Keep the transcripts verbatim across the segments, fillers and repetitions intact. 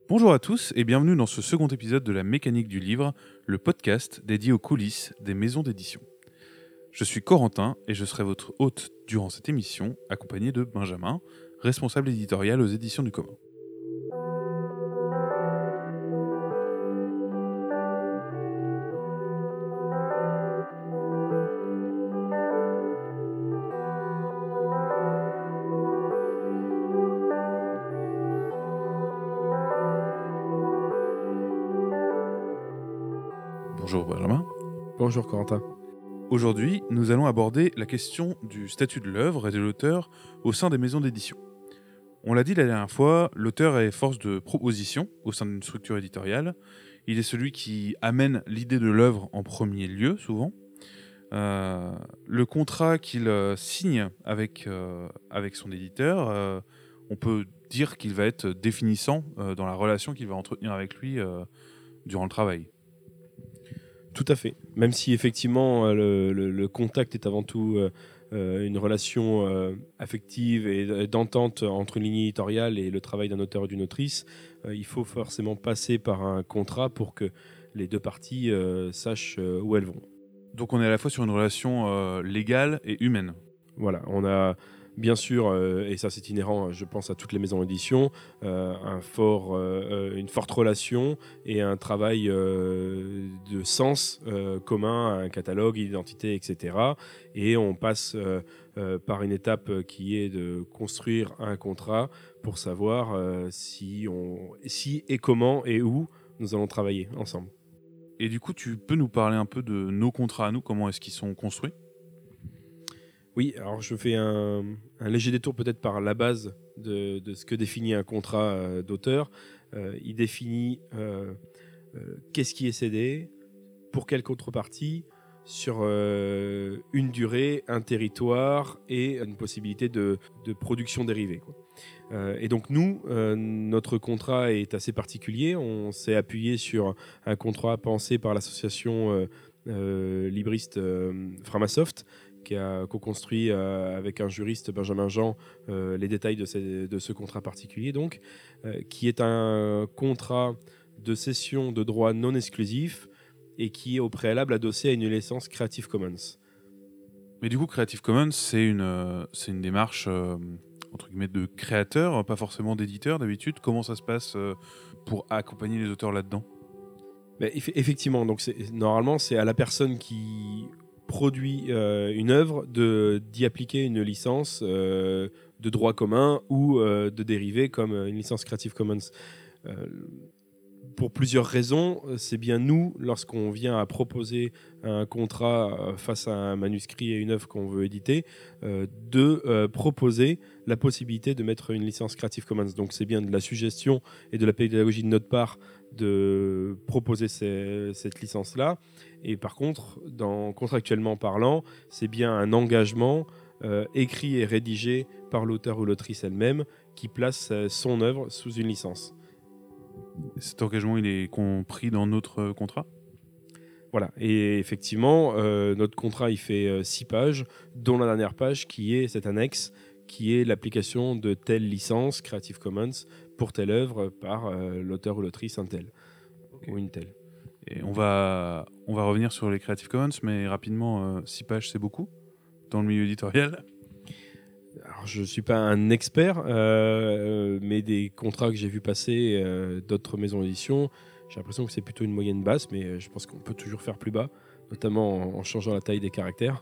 Bonjour à tous et bienvenue dans ce second épisode de La Mécanique du Livre, le podcast dédié aux coulisses des maisons d'édition. Je suis Corentin et je serai votre hôte durant cette émission, accompagné de Benjamin, responsable éditorial aux éditions du commun. Bonjour Benjamin. Bonjour Corentin. Aujourd'hui, nous allons aborder la question du statut de l'œuvre et de l'auteur au sein des maisons d'édition. On l'a dit la dernière fois, l'auteur est force de proposition au sein d'une structure éditoriale. Il est celui qui amène l'idée de l'œuvre en premier lieu, souvent. Euh, le contrat qu'il euh, signe avec, euh, avec son éditeur, euh, on peut dire qu'il va être définissant euh, dans la relation qu'il va entretenir avec lui euh, durant le travail. Tout à fait. Même si effectivement le, le, le contact est avant tout euh, une relation euh, affective et d'entente entre une ligne éditoriale et le travail d'un auteur et d'une autrice, euh, il faut forcément passer par un contrat pour que les deux parties euh, sachent euh, où elles vont. Donc on est à la fois sur une relation euh, légale et humaine. Voilà, on a bien sûr, euh, et ça c'est inhérent, je pense à toutes les maisons d'édition, euh, un fort, euh, une forte relation et un travail euh, de sens euh, commun, un catalogue, identité, et cetera. Et on passe euh, euh, par une étape qui est de construire un contrat pour savoir euh, si, on, si et comment et où nous allons travailler ensemble. Et du coup, tu peux nous parler un peu de nos contrats à nous, comment est-ce qu'ils sont construits ? Oui, alors je fais un, un léger détour peut-être par la base de, de ce que définit un contrat euh, d'auteur. Euh, il définit euh, euh, qu'est-ce qui est cédé, pour quelle contrepartie, sur euh, une durée, un territoire et une possibilité de, de production dérivée, quoi. Euh, et donc nous, euh, notre contrat est assez particulier. On s'est appuyé sur un contrat pensé par l'association euh, euh, libriste euh, Framasoft, qui a co-construit euh, avec un juriste, Benjamin Jean, euh, les détails de, ces, de ce contrat particulier, donc, euh, qui est un contrat de cession de droits non exclusifs et qui est au préalable adossé à une licence Creative Commons. Mais du coup, Creative Commons, c'est une, euh, c'est une démarche euh, entre guillemets de créateur, pas forcément d'éditeur d'habitude. Comment ça se passe euh, pour accompagner les auteurs là-dedans ? Mais eff- effectivement, donc c'est, normalement, c'est à la personne qui produit euh, une œuvre de, d'y appliquer une licence euh, de droit commun ou euh, de dérivé comme une licence Creative Commons. Euh, pour plusieurs raisons, c'est bien nous, lorsqu'on vient à proposer un contrat face à un manuscrit et une œuvre qu'on veut éditer, euh, de euh, proposer la possibilité de mettre une licence Creative Commons. Donc c'est bien de la suggestion et de la pédagogie de notre part de proposer ces, cette licence-là. Et par contre, dans, contractuellement parlant, c'est bien un engagement euh, écrit et rédigé par l'auteur ou l'autrice elle-même qui place euh, son œuvre sous une licence. Cet engagement, il est compris dans notre contrat ? Voilà, et effectivement, euh, notre contrat il fait euh, six pages, dont la dernière page qui est cette annexe, qui est l'application de telle licence Creative Commons pour telle œuvre par euh, l'auteur ou l'autrice un tel, okay. Ou une telle. Et on va, on va revenir sur les Creative Commons, mais rapidement, euh, six pages, c'est beaucoup dans le milieu éditorial ? Alors, je ne suis pas un expert, euh, mais des contrats que j'ai vu passer euh, d'autres maisons d'édition, j'ai l'impression que c'est plutôt une moyenne basse, mais je pense qu'on peut toujours faire plus bas, notamment en, en changeant la taille des caractères.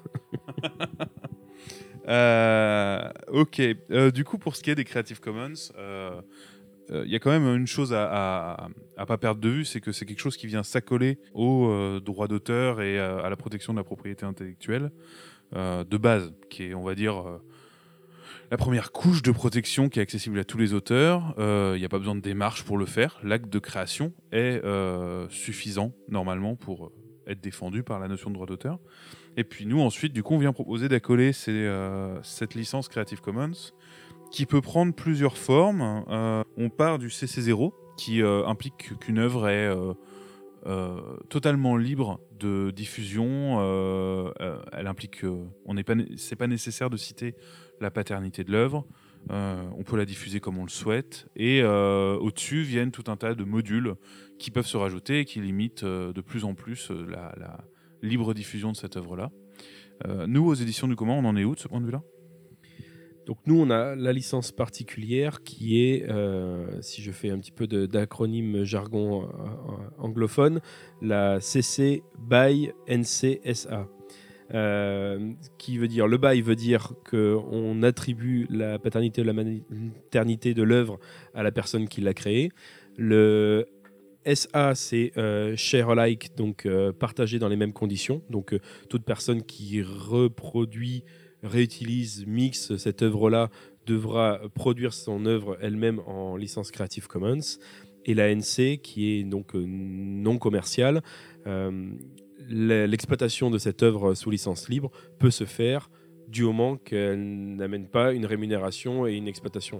euh, ok. Euh, du coup, pour ce qui est des Creative Commons, il euh, euh, y a quand même une chose à ne pas perdre de vue, c'est que c'est quelque chose qui vient s'accoler aux euh, droits d'auteur et à, à la protection de la propriété intellectuelle euh, de base, qui est, on va dire... Euh, la première couche de protection qui est accessible à tous les auteurs. Il euh, n'y a pas besoin de démarche pour le faire. L'acte de création est euh, suffisant, normalement, pour être défendu par la notion de droit d'auteur. Et puis nous, ensuite, du coup, on vient proposer d'accoler ces, euh, cette licence Creative Commons qui peut prendre plusieurs formes. Euh, on part du C C zéro, qui euh, implique qu'une œuvre est... Euh, Euh, totalement libre de diffusion. Euh, euh, elle implique que on n'est pas, c'est pas nécessaire de citer la paternité de l'œuvre. Euh, on peut la diffuser comme on le souhaite. Et euh, au-dessus viennent tout un tas de modules qui peuvent se rajouter et qui limitent euh, de plus en plus euh, la, la libre diffusion de cette œuvre-là. Euh, nous, aux éditions du commun, on en est où de ce point de vue-là ? Donc nous, on a la licence particulière qui est, euh, si je fais un petit peu de, d'acronyme jargon euh, anglophone, la C C BY N C S A. Euh, qui veut dire, le bail veut dire qu'on attribue la paternité ou la maternité de l'œuvre à la personne qui l'a créée. Le S A, c'est euh, share alike, donc euh, partagé dans les mêmes conditions. Donc euh, toute personne qui reproduit, réutilise, mixe cette œuvre-là devra produire son œuvre elle-même en licence Creative Commons. Et la N C, qui est donc euh, non commerciale, euh, l'exploitation de cette œuvre sous licence libre peut se faire du moment qu'elle n'amène pas une rémunération et une exploitation.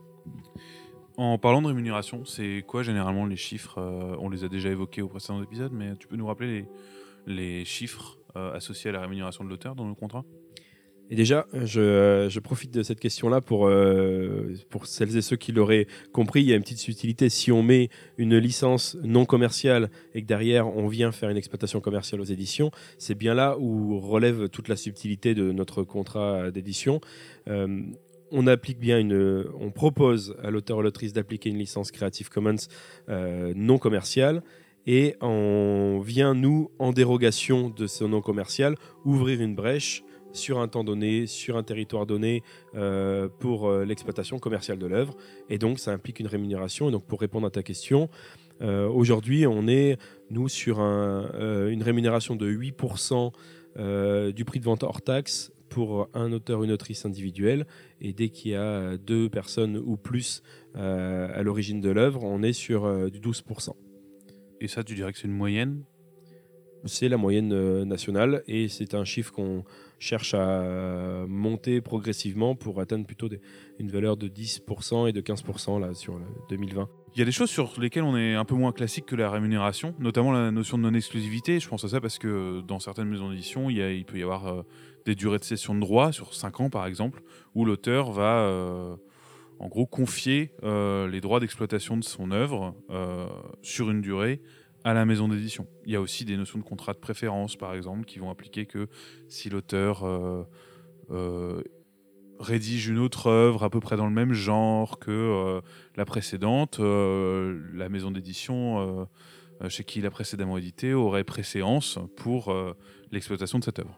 En parlant de rémunération, c'est quoi généralement les chiffres ? euh, On les a déjà évoqués au précédent épisode, mais tu peux nous rappeler les, les chiffres euh, associés à la rémunération de l'auteur dans le contrat ? Et déjà, je, je profite de cette question-là pour, euh, pour celles et ceux qui l'auraient compris. Il y a une petite subtilité. Si on met une licence non commerciale et que derrière, on vient faire une exploitation commerciale aux éditions, c'est bien là où relève toute la subtilité de notre contrat d'édition. Euh, on applique bien une, on propose à l'auteur ou l'autrice d'appliquer une licence Creative Commons euh, non commerciale. Et on vient, nous, en dérogation de ce non commercial, ouvrir une brèche sur un temps donné, sur un territoire donné, euh, pour euh, l'exploitation commerciale de l'œuvre. Et donc, ça implique une rémunération. Et donc, pour répondre à ta question, euh, aujourd'hui, on est, nous, sur un, euh, une rémunération de huit pour cent euh, du prix de vente hors taxe pour un auteur ou une autrice individuelle. Et dès qu'il y a deux personnes ou plus euh, à l'origine de l'œuvre, on est sur euh, du douze pour cent. Et ça, tu dirais que c'est une moyenne ? C'est la moyenne euh, nationale et c'est un chiffre qu'on cherche à monter progressivement pour atteindre plutôt des, une valeur de dix pour cent et de quinze pour cent là, sur deux mille vingt. Il y a des choses sur lesquelles on est un peu moins classique que la rémunération, notamment la notion de non-exclusivité. Je pense à ça parce que dans certaines maisons d'édition, il, y a, il peut y avoir euh, des durées de cession de droit sur cinq ans par exemple, où l'auteur va euh, en gros confier euh, les droits d'exploitation de son œuvre euh, sur une durée à la maison d'édition. Il y a aussi des notions de contrat de préférence, par exemple, qui vont impliquer que si l'auteur euh, euh, rédige une autre œuvre à peu près dans le même genre que euh, la précédente, euh, la maison d'édition euh, chez qui il a précédemment édité aurait préséance pour euh, l'exploitation de cette œuvre.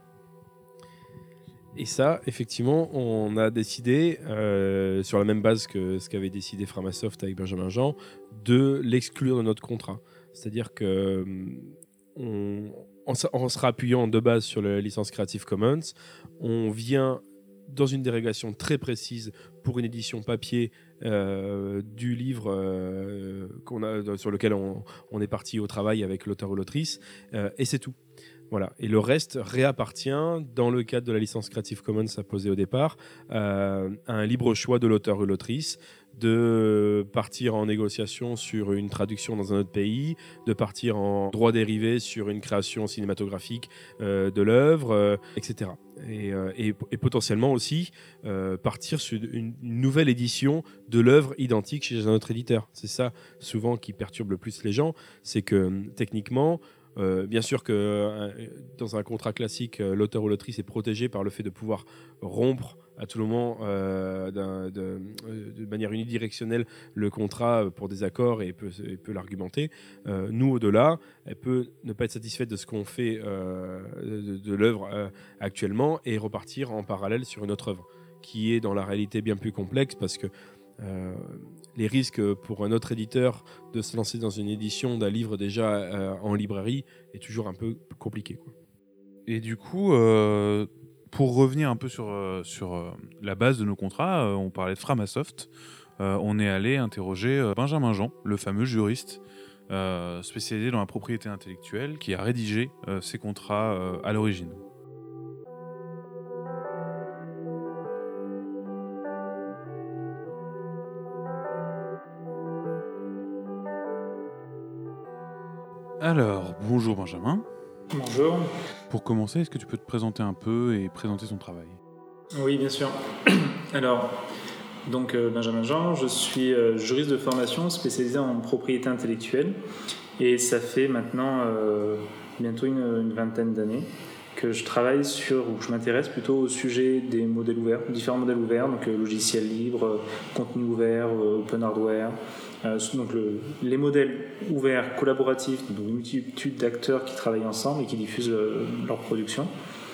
Et ça, effectivement, on a décidé, euh, sur la même base que ce qu'avait décidé Framasoft avec Benjamin Jean, de l'exclure de notre contrat. C'est-à-dire que on, en, en se rappuyant de base sur la licence Creative Commons, on vient dans une dérogation très précise pour une édition papier euh, du livre euh, qu'on a, sur lequel on, on est parti au travail avec l'auteur ou l'autrice, euh, et c'est tout. Voilà. Et le reste réappartient, dans le cadre de la licence Creative Commons imposée au départ, euh, à un libre choix de l'auteur ou l'autrice de partir en négociation sur une traduction dans un autre pays, de partir en droit dérivé sur une création cinématographique euh, de l'œuvre, euh, et cetera. Et, euh, et, et potentiellement aussi euh, partir sur une, une nouvelle édition de l'œuvre identique chez un autre éditeur. C'est ça souvent qui perturbe le plus les gens, c'est que techniquement, Euh, bien sûr que euh, dans un contrat classique, euh, l'auteur ou l'autrice est protégé par le fait de pouvoir rompre à tout moment euh, d'un, de, de manière unidirectionnelle le contrat pour des accords et peut, et peut l'argumenter. Euh, nous, au-delà, elle peut ne pas être satisfaite de ce qu'on fait euh, de, de l'œuvre euh, actuellement et repartir en parallèle sur une autre œuvre qui est dans la réalité bien plus complexe parce que Euh, les risques pour un autre éditeur de se lancer dans une édition d'un livre déjà euh, en librairie est toujours un peu compliqué, quoi. Et du coup, euh, pour revenir un peu sur, euh, sur euh, la base de nos contrats, euh, on parlait de Framasoft, euh, on est allé interroger euh, Benjamin Jean, le fameux juriste euh, spécialisé dans la propriété intellectuelle, qui a rédigé euh, ces contrats euh, à l'origine. Alors, bonjour Benjamin. Bonjour. Pour commencer, est-ce que tu peux te présenter un peu et présenter ton travail ? Oui, bien sûr. Alors, Donc euh, Benjamin Jean, je suis euh, juriste de formation spécialisé en propriété intellectuelle et ça fait maintenant euh, bientôt une, une vingtaine d'années que je travaille sur, ou je m'intéresse plutôt au sujet des modèles ouverts, différents modèles ouverts, donc euh, logiciels libres, euh, contenu ouvert, euh, open hardware, euh, donc le, les modèles ouverts collaboratifs, donc une multitude d'acteurs qui travaillent ensemble et qui diffusent euh, leur production.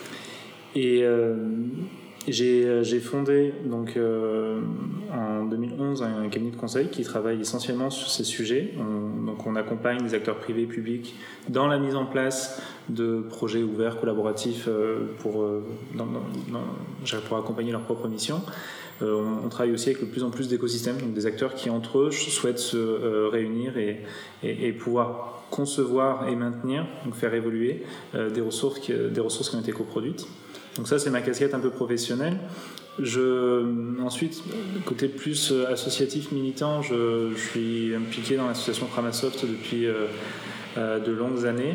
Et euh, j'ai, j'ai fondé donc, euh, en deux mille onze un cabinet de conseil qui travaille essentiellement sur ces sujets. On, donc on accompagne des acteurs privés et publics dans la mise en place de projets ouverts collaboratifs euh, pour, euh, dans, dans, dans, pour accompagner leur propre mission. Euh, on, on travaille aussi avec de plus en plus d'écosystèmes, donc des acteurs qui entre eux souhaitent se euh, réunir et, et, et pouvoir concevoir et maintenir, donc faire évoluer euh, des ressources qui, des ressources qui ont été coproduites. Donc ça, c'est ma casquette un peu professionnelle. Je, ensuite, côté plus associatif, militant, je, je suis impliqué dans l'association Framasoft depuis euh, euh, de longues années.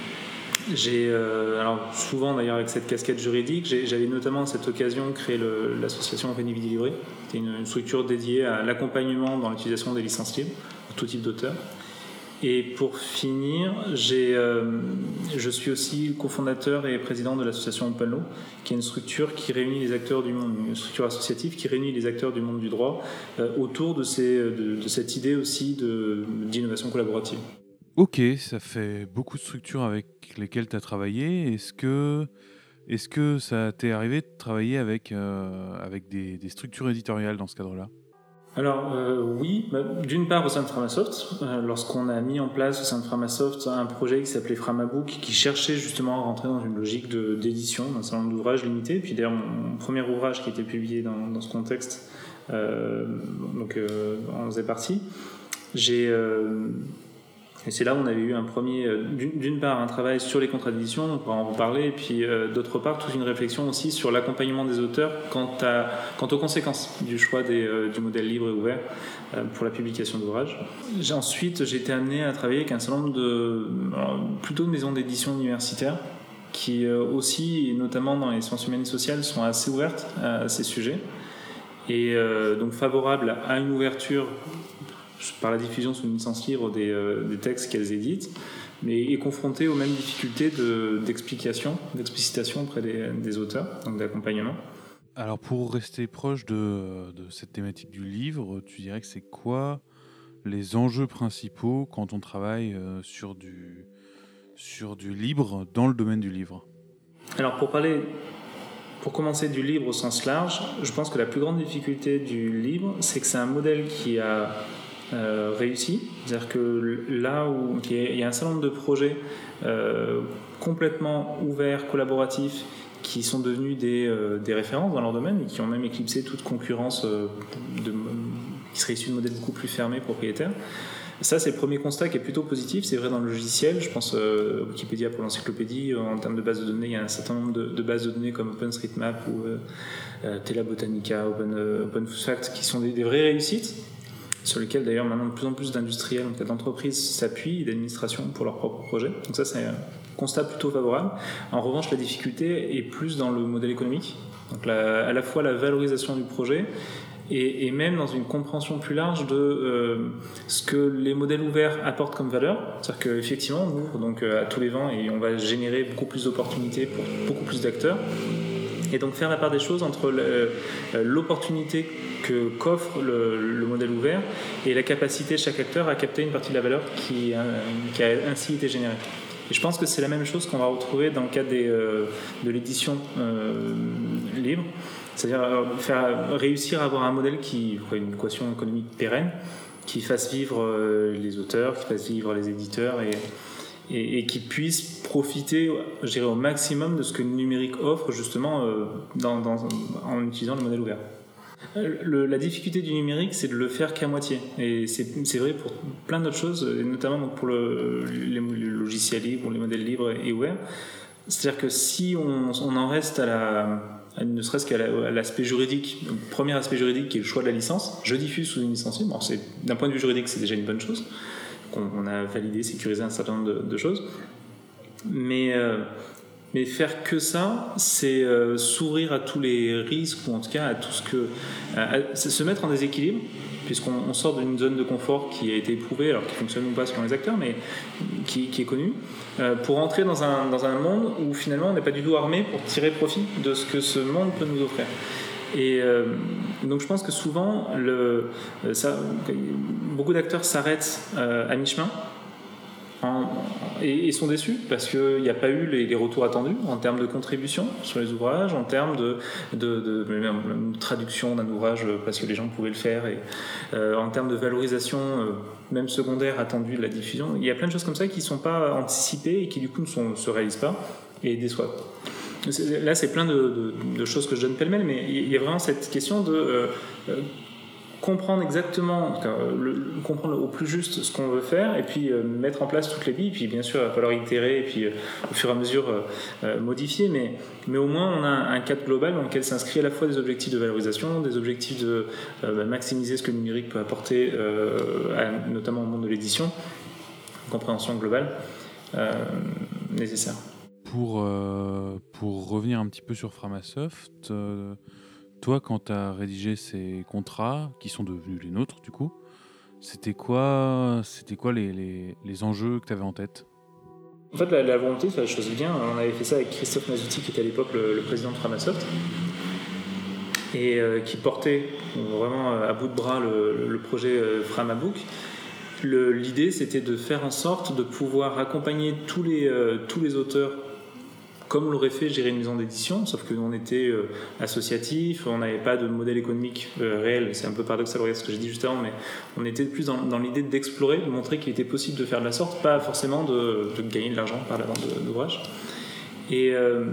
J'ai, euh, alors souvent d'ailleurs avec cette casquette juridique, j'ai, j'avais notamment à cette occasion créé le, l'association Veni Vidi Libri. C'était une, une structure dédiée à l'accompagnement dans l'utilisation des licences libres pour tout type d'auteur. Et pour finir, j'ai, euh, je suis aussi cofondateur et président de l'association Open Law, qui est une structure qui réunit les acteurs du monde, une structure associative qui réunit les acteurs du monde du droit euh, autour de, ces, de, de cette idée aussi de, d'innovation collaborative. Ok, ça fait beaucoup de structures avec lesquelles tu as travaillé. Est-ce que, est-ce que ça t'est arrivé de travailler avec, euh, avec des, des structures éditoriales dans ce cadre-là ? Alors euh, oui, bah, d'une part au sein de Framasoft, euh, lorsqu'on a mis en place au sein de Framasoft un projet qui s'appelait Framabook, qui cherchait justement à rentrer dans une logique de, d'édition d'un certain nombre d'ouvrages limités. Puis d'ailleurs mon, mon premier ouvrage qui a été publié dans, dans ce contexte, euh, donc euh, en faisait partie. J'ai euh, Et c'est là où on avait eu un premier, d'une, d'une part un travail sur les contrats d'édition, on pourra en reparler, et puis euh, d'autre part toute une réflexion aussi sur l'accompagnement des auteurs quant, à, quant aux conséquences du choix des, euh, du modèle libre et ouvert euh, pour la publication d'ouvrages. J'ai, ensuite, j'ai été amené à travailler avec un certain nombre de, alors, plutôt de maisons d'édition universitaires, qui euh, aussi, et notamment dans les sciences humaines et sociales, sont assez ouvertes à ces sujets, et euh, donc favorables à une ouverture par la diffusion sous une licence libre des, euh, des textes qu'elles éditent, mais est confrontée aux mêmes difficultés de, d'explication, d'explicitation auprès des, des auteurs, donc d'accompagnement. Alors pour rester proche de, de cette thématique du livre, tu dirais que c'est quoi les enjeux principaux quand on travaille euh, sur, du, sur du libre dans le domaine du livre ? Alors pour parler... Pour commencer du libre au sens large, je pense que la plus grande difficulté du libre, c'est que c'est un modèle qui a euh, réussi. C'est-à-dire que là où il y a un certain nombre de projets euh, complètement ouverts, collaboratifs, qui sont devenus des, euh, des références dans leur domaine et qui ont même éclipsé toute concurrence euh, de, qui serait issue de modèles beaucoup plus fermés, propriétaires. Ça, c'est le premier constat qui est plutôt positif. C'est vrai dans le logiciel. Je pense euh, Wikipédia pour l'encyclopédie. En termes de bases de données, il y a un certain nombre de, de bases de données comme OpenStreetMap ou euh, euh, Tela Botanica, Open, euh, OpenFact, qui sont des, des vraies réussites, sur lesquelles d'ailleurs maintenant de plus en plus d'industriels, en cas d'entreprises, s'appuient et d'administrations pour leurs propres projets. Donc ça, c'est un constat plutôt favorable. En revanche, la difficulté est plus dans le modèle économique. Donc la, à la fois la valorisation du projet, Et, et même dans une compréhension plus large de euh, ce que les modèles ouverts apportent comme valeur. C'est-à-dire qu'effectivement, on ouvre donc, à tous les vents et on va générer beaucoup plus d'opportunités pour beaucoup plus d'acteurs. Et donc faire la part des choses entre le, l'opportunité que, qu'offre le, le modèle ouvert et la capacité de chaque acteur à capter une partie de la valeur qui, qui a ainsi été générée. Et je pense que c'est la même chose qu'on va retrouver dans le cadre des, euh, de l'édition euh, libre. C'est-à-dire faire, réussir à avoir un modèle qui, une équation économique pérenne, qui fasse vivre les auteurs, qui fasse vivre les éditeurs et, et, et qui puisse profiter, je dirais, au maximum de ce que le numérique offre justement dans, dans, en utilisant le modèle ouvert. Le, la difficulté du numérique, c'est de le faire qu'à moitié. Et c'est, c'est vrai pour plein d'autres choses, et notamment pour le, les, les logiciels libres, les modèles libres et ouverts. C'est-à-dire que si on, on en reste à la... ne serait-ce qu'à l'aspect juridique, le premier aspect juridique qui est le choix de la licence, je diffuse sous une licence libre. Alors c'est, d'un point de vue juridique, c'est déjà une bonne chose, qu'on on a validé, sécurisé un certain nombre de, de choses, mais euh, mais faire que ça, c'est euh, s'ouvrir à tous les risques, ou en tout cas à tout ce que... À, à, c'est se mettre en déséquilibre, puisqu'on on sort d'une zone de confort qui a été éprouvée, alors qui fonctionne ou pas selon les acteurs, mais qui, qui est connue, euh, pour entrer dans un, dans un monde où finalement on n'est pas du tout armé pour tirer profit de ce que ce monde peut nous offrir. Et euh, donc je pense que souvent, le, ça, beaucoup d'acteurs s'arrêtent euh, à mi-chemin, En, et, et sont déçus parce qu'il n'y a pas eu les, les retours attendus en termes de contribution sur les ouvrages, en termes de, de, de, de même, même traduction d'un ouvrage parce que les gens pouvaient le faire, et euh, en termes de valorisation euh, même secondaire attendue de la diffusion. Il y a plein de choses comme ça qui ne sont pas anticipées et qui du coup ne sont, se réalisent pas et déçoivent. Là, c'est plein de, de, de choses que je donne pêle-mêle, mais il y a vraiment cette question de euh, euh, comprendre exactement, le, le, comprendre au plus juste ce qu'on veut faire, et puis euh, mettre en place toutes les billes, puis bien sûr il va falloir itérer, et puis euh, au fur et à mesure euh, modifier, mais, mais au moins on a un, un cadre global dans lequel s'inscrit à la fois des objectifs de valorisation, des objectifs de euh, maximiser ce que le numérique peut apporter, euh, à, notamment au monde de l'édition, une compréhension globale euh, nécessaire. Pour, euh, pour revenir un petit peu sur Framasoft, euh, toi, quand tu as rédigé ces contrats, qui sont devenus les nôtres, du coup, c'était quoi, c'était quoi les, les, les enjeux que tu avais en tête ? En fait, la, la volonté, c'est la chose bien. On avait fait ça avec Christophe Mazzuti, qui était à l'époque le, le président de Framasoft, et euh, qui portait vraiment à bout de bras le, le projet euh, Framabook. Le, l'idée, c'était de faire en sorte de pouvoir accompagner tous les, euh, tous les auteurs comme l'aurait fait gérer une maison d'édition, sauf qu'on était euh, associatif, on n'avait pas de modèle économique euh, réel, c'est un peu paradoxal regarde ce que j'ai dit juste avant, mais on était plus dans, dans l'idée d'explorer, de montrer qu'il était possible de faire de la sorte, pas forcément de, de gagner de l'argent par la vente d'ouvrages. Et, euh,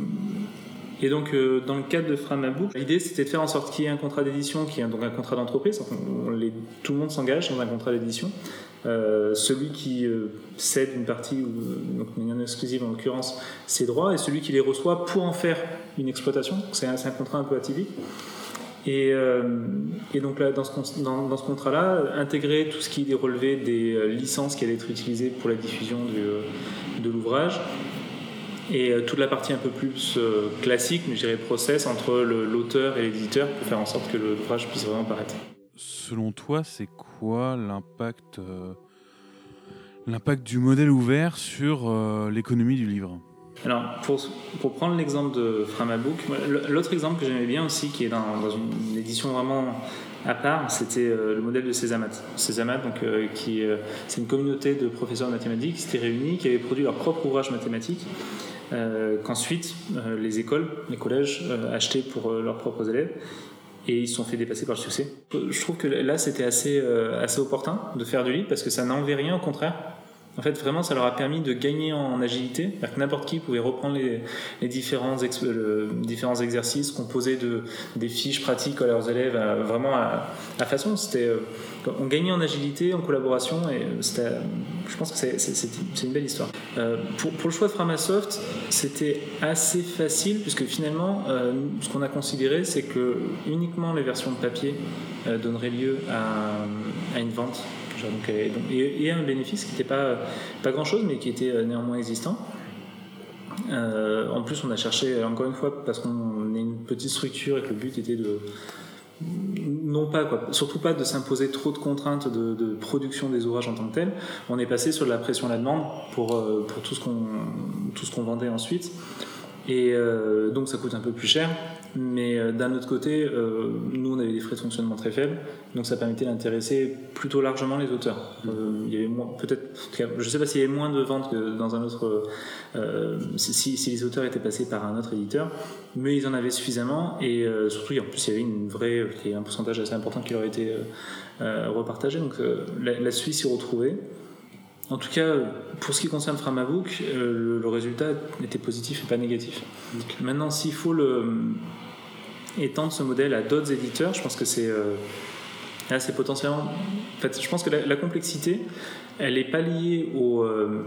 et donc, euh, dans le cadre de Framabook, l'idée c'était de faire en sorte qu'il y ait un contrat d'édition, qui est donc un contrat d'entreprise, on, on les, tout le monde s'engage dans un contrat d'édition. Euh, celui qui euh, cède une partie, ou donc de manière exclusive en l'occurrence, ses droits, et celui qui les reçoit pour en faire une exploitation. C'est un, c'est un contrat un peu atypique. Et, euh, et donc là, dans ce, dans, dans ce contrat-là, intégrer tout ce qui est relevé des euh, licences qui allaient être utilisées pour la diffusion du, euh, de l'ouvrage, et euh, toute la partie un peu plus euh, classique, mais je dirais process, entre le, l'auteur et l'éditeur pour faire en sorte que l'ouvrage puisse vraiment paraître. Selon toi, c'est quoi l'impact, euh, l'impact du modèle ouvert sur euh, l'économie du livre ? Alors, pour, pour prendre l'exemple de Framabook, l'autre exemple que j'aimais bien aussi, qui est dans, dans une édition vraiment à part, c'était euh, le modèle de Césamat. Césamat, donc, euh, qui, euh, c'est une communauté de professeurs de mathématiques qui s'étaient réunis, qui avaient produit leur propre ouvrage mathématique, euh, qu'ensuite euh, les écoles, les collèges euh, achetaient pour euh, leurs propres élèves. Et ils se sont fait dépasser par le succès. Je trouve que là, c'était assez, euh, assez opportun de faire du livre parce que ça n'enlevait rien, au contraire. En fait, vraiment, ça leur a permis de gagner en agilité. C'est-à-dire que n'importe qui pouvait reprendre les, les différents, ex, le, différents exercices, composer de, des fiches pratiques à leurs élèves, à, vraiment à, à façon. C'était, euh, on gagnait en agilité, en collaboration, et c'était, je pense que c'est, c'est, c'est, c'est une belle histoire. Euh, pour, pour le choix de Framasoft, c'était assez facile, puisque finalement, euh, ce qu'on a considéré, c'est que uniquement les versions de papier euh, donneraient lieu à, à une vente. Donc, et, et un bénéfice qui n'était pas, pas grand chose mais qui était néanmoins existant. Euh, en plus on a cherché encore une fois parce qu'on est une petite structure et que le but était de non pas quoi, surtout pas de s'imposer trop de contraintes de, de production des ouvrages en tant que tel. On est passé sur de la pression à la demande pour, pour tout ce qu'on, tout ce qu'on vendait ensuite. Et euh, donc ça coûte un peu plus cher, mais euh, d'un autre côté, euh, nous on avait des frais de fonctionnement très faibles, donc ça permettait d'intéresser plutôt largement les auteurs. Euh, il y avait moins, peut-être, je ne sais pas s'il y avait moins de ventes que dans un autre, euh, si, si les auteurs étaient passés par un autre éditeur, mais ils en avaient suffisamment, et euh, surtout en plus il y avait une vraie, il y avait un pourcentage assez important qui leur était euh, repartagé, donc euh, la, la Suisse s'y retrouvait. En tout cas, pour ce qui concerne Framabook, euh, le, le résultat était positif et pas négatif. Okay. Maintenant, s'il faut le, étendre ce modèle à d'autres éditeurs, je pense que c'est, euh, là, c'est potentiellement... En fait, je pense que la, la complexité, elle n'est pas liée au, euh,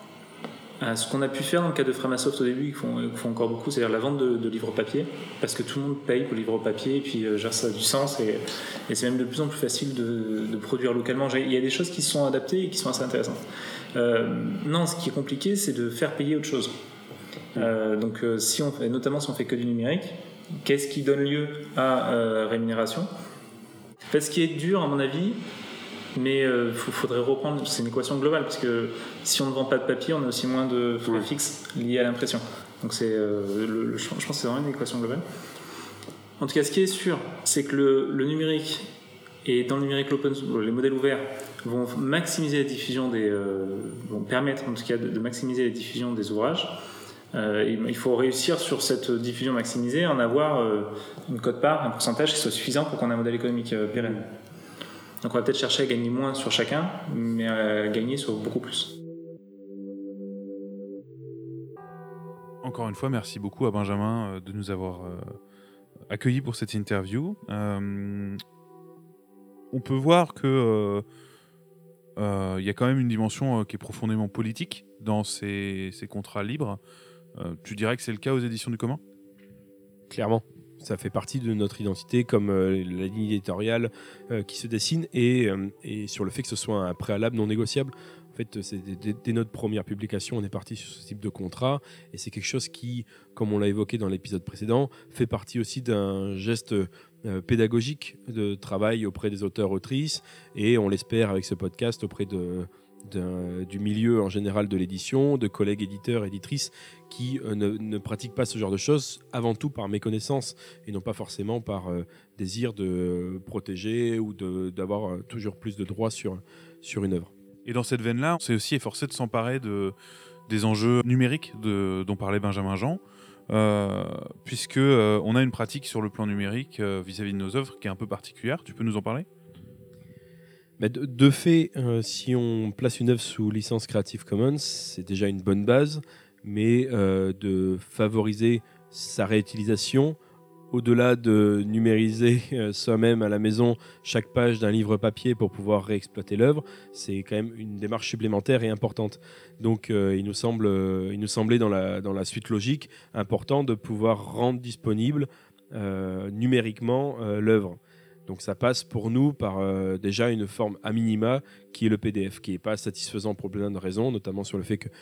à ce qu'on a pu faire dans le cas de Framasoft au début, qui font, qui font encore beaucoup, c'est-à-dire la vente de, de livres papier, parce que tout le monde paye pour le livre papier, et puis euh, genre, ça a du sens, et, et c'est même de plus en plus facile de, de produire localement. Il y a des choses qui sont adaptées et qui sont assez intéressantes. Euh, non, ce qui est compliqué, c'est de faire payer autre chose. Euh, donc, euh, si on fait, notamment si on fait que du numérique, qu'est-ce qui donne lieu à euh, rémunération ? En fait, ce qui est dur, à mon avis, mais il euh, faudrait reprendre, c'est une équation globale, parce que si on ne vend pas de papier, on a aussi moins de frais fixes liés à l'impression. Donc, c'est, euh, le, le, je pense que c'est vraiment une équation globale. En tout cas, ce qui est sûr, c'est que le, le numérique et dans le numérique open, les modèles ouverts vont maximiser la diffusion des, euh, vont permettre en tout cas de, de maximiser la diffusion des ouvrages. Euh, il faut réussir sur cette diffusion maximisée, en avoir euh, une quote-part, un pourcentage qui soit suffisant pour qu'on ait un modèle économique euh, pérenne. Donc on va peut-être chercher à gagner moins sur chacun, mais à gagner sur beaucoup plus. Encore une fois, merci beaucoup à Benjamin de nous avoir euh, accueillis pour cette interview. Euh, on peut voir que euh, euh, y a quand même une dimension euh, qui est profondément politique dans ces, ces contrats libres. Euh, tu dirais que c'est le cas aux éditions du commun ? Clairement. Ça fait partie de notre identité, comme euh, la ligne éditoriale euh, qui se dessine, et, euh, et sur le fait que ce soit un préalable non négociable. En fait, c'est dès, dès notre première publication, on est parti sur ce type de contrat, et c'est quelque chose qui, comme on l'a évoqué dans l'épisode précédent, fait partie aussi d'un geste euh, pédagogique de travail auprès des auteurs-autrices, et on l'espère avec ce podcast auprès de... du milieu en général de l'édition, de collègues éditeurs, éditrices qui euh, ne, ne pratiquent pas ce genre de choses, avant tout par méconnaissance et non pas forcément par euh, désir de protéger ou de, d'avoir euh, toujours plus de droits sur, sur une œuvre. Et dans cette veine-là, on s'est aussi efforcé de s'emparer de, des enjeux numériques de, dont parlait Benjamin Jean, euh, puisque euh, on a une pratique sur le plan numérique euh, vis-à-vis de nos œuvres qui est un peu particulière. Tu peux nous en parler ? Mais de, de fait, euh, si on place une œuvre sous licence Creative Commons, c'est déjà une bonne base, mais euh, de favoriser sa réutilisation, au-delà de numériser euh, soi-même à la maison chaque page d'un livre papier pour pouvoir réexploiter l'œuvre, c'est quand même une démarche supplémentaire et importante. Donc euh, il nous semble, euh, il nous semblait dans la, dans la suite logique important de pouvoir rendre disponible euh, numériquement euh, l'œuvre. Donc ça passe pour nous par euh, déjà une forme à minima qui est le P D F, qui n'est pas satisfaisant pour plein de raisons, notamment sur le fait que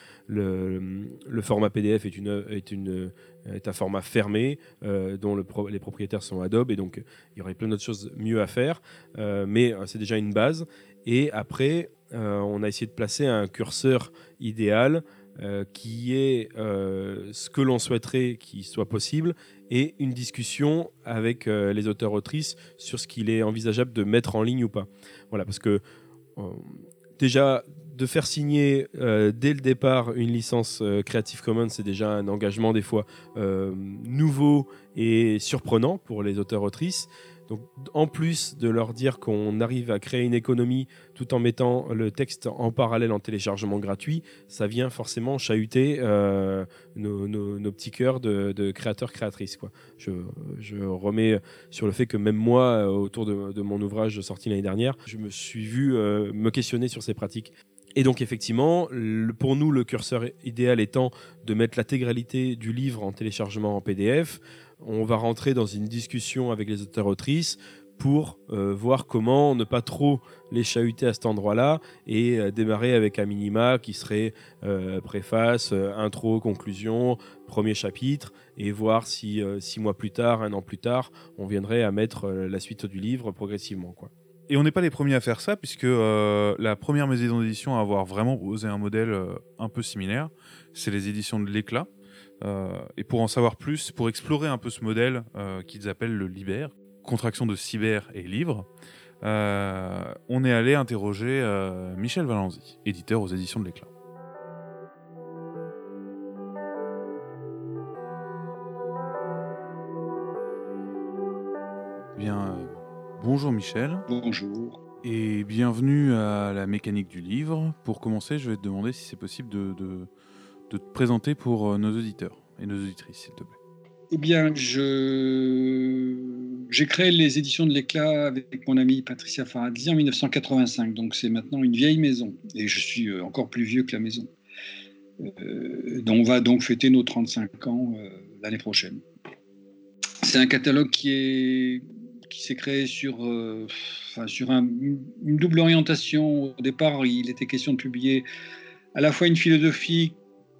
le, le format P D F est, une, est, une, est un format fermé euh, dont le pro, les propriétaires sont Adobe, et donc il y aurait plein d'autres choses mieux à faire, euh, mais euh, c'est déjà une base. Et après, euh, on a essayé de placer un curseur idéal Euh, qui est euh, ce que l'on souhaiterait qu'il soit possible, et une discussion avec euh, les auteurs-autrices sur ce qu'il est envisageable de mettre en ligne ou pas. Voilà, parce que euh, déjà, de faire signer euh, dès le départ une licence euh, Creative Commons, c'est déjà un engagement des fois euh, nouveau et surprenant pour les auteurs-autrices. Donc, en plus de leur dire qu'on arrive à créer une économie tout en mettant le texte en parallèle en téléchargement gratuit, ça vient forcément chahuter euh, nos, nos, nos petits cœurs de, de créateurs-créatrices, quoi. Je, je remets sur le fait que même moi, autour de, de mon ouvrage sorti l'année dernière, je me suis vu euh, me questionner sur ces pratiques. Et donc effectivement, le, pour nous, le curseur idéal étant de mettre l'intégralité du livre en téléchargement en P D F, on va rentrer dans une discussion avec les auteurs-autrices pour euh, voir comment ne pas trop les chahuter à cet endroit-là, et euh, démarrer avec un minima qui serait euh, préface, euh, intro, conclusion, premier chapitre, et voir si euh, six mois plus tard, un an plus tard, on viendrait à mettre euh, la suite du livre progressivement, quoi. Et on n'est pas les premiers à faire ça, puisque euh, la première maison d'édition à avoir vraiment osé un modèle euh, un peu similaire, c'est les éditions de l'Éclat. Euh, et pour en savoir plus, pour explorer un peu ce modèle euh, qu'ils appellent le Liber, contraction de cyber et livre, euh, on est allé interroger euh, Michel Valenzy, éditeur aux éditions de l'Éclat. Bien, euh, bonjour Michel. Bonjour. Et bienvenue à la mécanique du livre. Pour commencer, je vais te demander si c'est possible de, de, de te présenter pour nos auditeurs et nos auditrices, s'il te plaît. Eh bien, je... j'ai créé les éditions de l'Éclat avec mon amie Patricia Faradzi en dix-neuf cent quatre-vingt-cinq, donc c'est maintenant une vieille maison, et je suis encore plus vieux que la maison. Euh, dont on va donc fêter nos trente-cinq ans euh, l'année prochaine. C'est un catalogue qui est qui s'est créé sur, euh, enfin, sur un, une double orientation. Au départ, il était question de publier à la fois une philosophie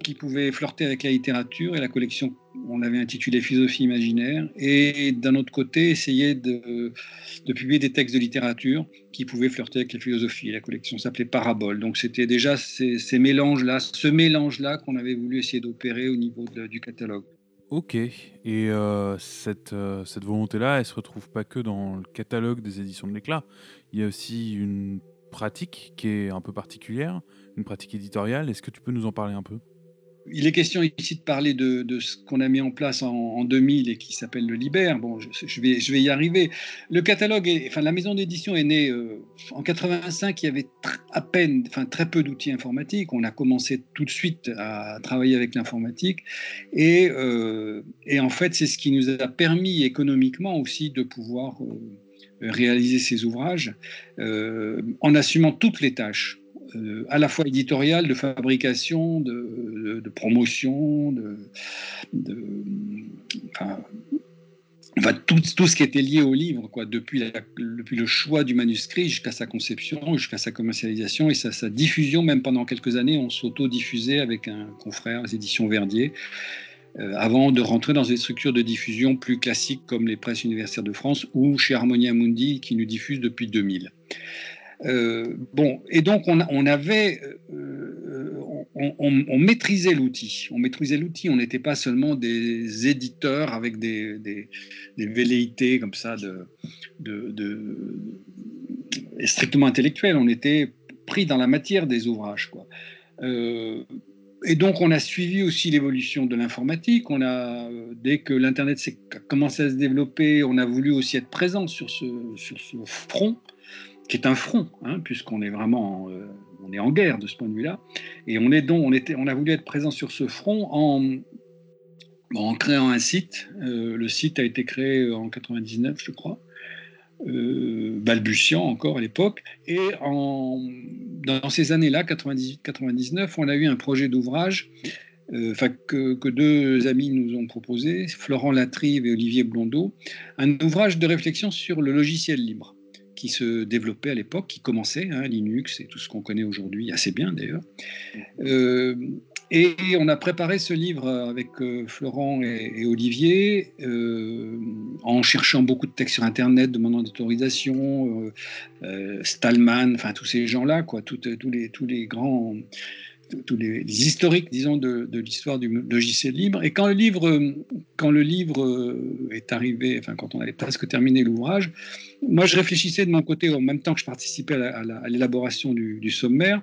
qui pouvait flirter avec la littérature et la collection, on l'avait intitulée Philosophie imaginaire, et d'un autre côté, essayer de, de publier des textes de littérature qui pouvaient flirter avec la philosophie. La collection s'appelait Parabole. Donc c'était déjà ces, ces mélanges-là, ce mélange-là qu'on avait voulu essayer d'opérer au niveau de, du catalogue. Ok, et euh, cette, euh, cette volonté-là, elle se retrouve pas que dans le catalogue des éditions de l'Éclat. Il y a aussi une pratique qui est un peu particulière, une pratique éditoriale. Est-ce que tu peux nous en parler un peu ? Il est question ici de parler de, de ce qu'on a mis en place en, en deux mille et qui s'appelle le Libère. Bon, je, je, vais, je vais y arriver. Le catalogue, est, enfin la maison d'édition est née euh, en quatre-vingt-cinq. Il y avait tr- à peine, enfin très peu d'outils informatiques. On a commencé tout de suite à travailler avec l'informatique et, euh, et en fait, c'est ce qui nous a permis économiquement aussi de pouvoir euh, réaliser ces ouvrages euh, en assumant toutes les tâches. Euh, à la fois éditoriale, de fabrication, de, de, de promotion, de, de, enfin, enfin, tout, tout ce qui était lié au livre, quoi, depuis, la, depuis le choix du manuscrit jusqu'à sa conception, jusqu'à sa commercialisation et sa, sa diffusion. Même pendant quelques années, on s'auto-diffusait avec un confrère, les éditions Verdier, euh, avant de rentrer dans des structures de diffusion plus classiques comme les presses universitaires de France ou chez Harmonia Mundi qui nous diffusent depuis deux mille. Euh, bon, et donc on, on avait, euh, on, on, on maîtrisait l'outil. On maîtrisait l'outil. On n'était pas seulement des éditeurs avec des, des, des velléités comme ça de, de, de, de strictement intellectuelles. On était pris dans la matière des ouvrages, quoi. Euh, et donc on a suivi aussi l'évolution de l'informatique. On a, dès que l'internet s'est commencé à se développer, on a voulu aussi être présent sur ce, sur ce front, qui est un front, hein, puisqu'on est vraiment en, euh, on est en guerre de ce point de vue-là. Et on, est donc, on, était, on a voulu être présent sur ce front en, en créant un site. Euh, le site a été créé en quatre-vingt-dix-neuf, je crois, euh, balbutiant encore à l'époque. Et en, dans ces années-là, quatre-vingt-dix-huit quatre-vingt-dix-neuf, on a eu un projet d'ouvrage euh, que, que deux amis nous ont proposé, Florent Latrive et Olivier Blondeau, un ouvrage de réflexion sur le logiciel libre, qui se développait à l'époque, qui commençait, hein, Linux et tout ce qu'on connaît aujourd'hui, assez bien d'ailleurs. Euh, et on a préparé ce livre avec euh, Florent et, et Olivier, euh, en cherchant beaucoup de textes sur Internet, demandant des autorisations, euh, euh, Stallman, enfin tous ces gens-là, quoi, tout, tous, les, tous les grands... tous les, les historiques, disons, de, de l'histoire du logiciel libre. Et quand le livre, quand le livre est arrivé, enfin, quand on avait presque terminé l'ouvrage, moi, je réfléchissais de mon côté, en même temps que je participais à, la, à, la, à l'élaboration du, du sommaire,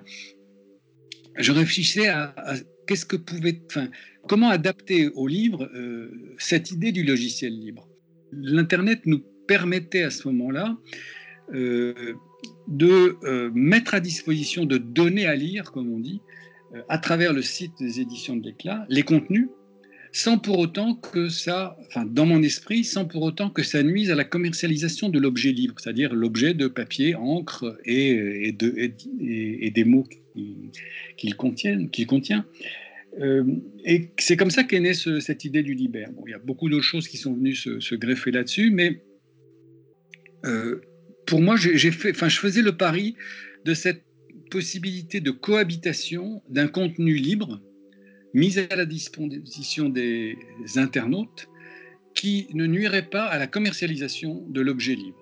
je réfléchissais à, à qu'est-ce que pouvait, enfin, comment adapter au livre euh, cette idée du logiciel libre. L'Internet nous permettait à ce moment-là euh, de euh, mettre à disposition, de donner à lire, comme on dit, à travers le site des éditions de l'Éclat, les contenus, sans pour autant que ça, enfin dans mon esprit, sans pour autant que ça nuise à la commercialisation de l'objet libre, c'est-à-dire l'objet de papier, encre et, et, de, et, et des mots qu'il contient. Qu'il contient. Euh, et c'est comme ça qu'est née ce, cette idée du Libère. Bon, il y a beaucoup d'autres choses qui sont venues se, se greffer là-dessus, mais euh, pour moi, j'ai, j'ai fait, enfin, je faisais le pari de cette possibilité de cohabitation d'un contenu libre mis à la disposition des internautes qui ne nuirait pas à la commercialisation de l'objet libre.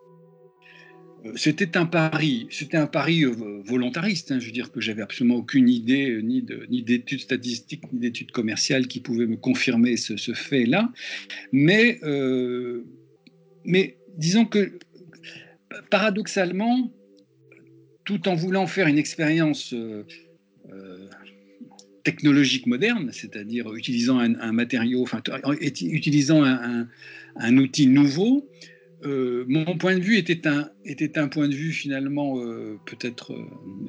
C'était un pari, c'était un pari volontariste, hein, je veux dire que j'avais absolument aucune idée, ni, de, ni d'études statistiques, ni d'études commerciales qui pouvaient me confirmer ce, ce fait-là, mais, euh, mais disons que paradoxalement, tout en voulant faire une expérience euh, euh, technologique moderne, c'est-à-dire utilisant un, un matériau, enfin, utilisant un, un, un outil nouveau, euh, mon point de vue était un, était un point de vue finalement euh, peut-être euh,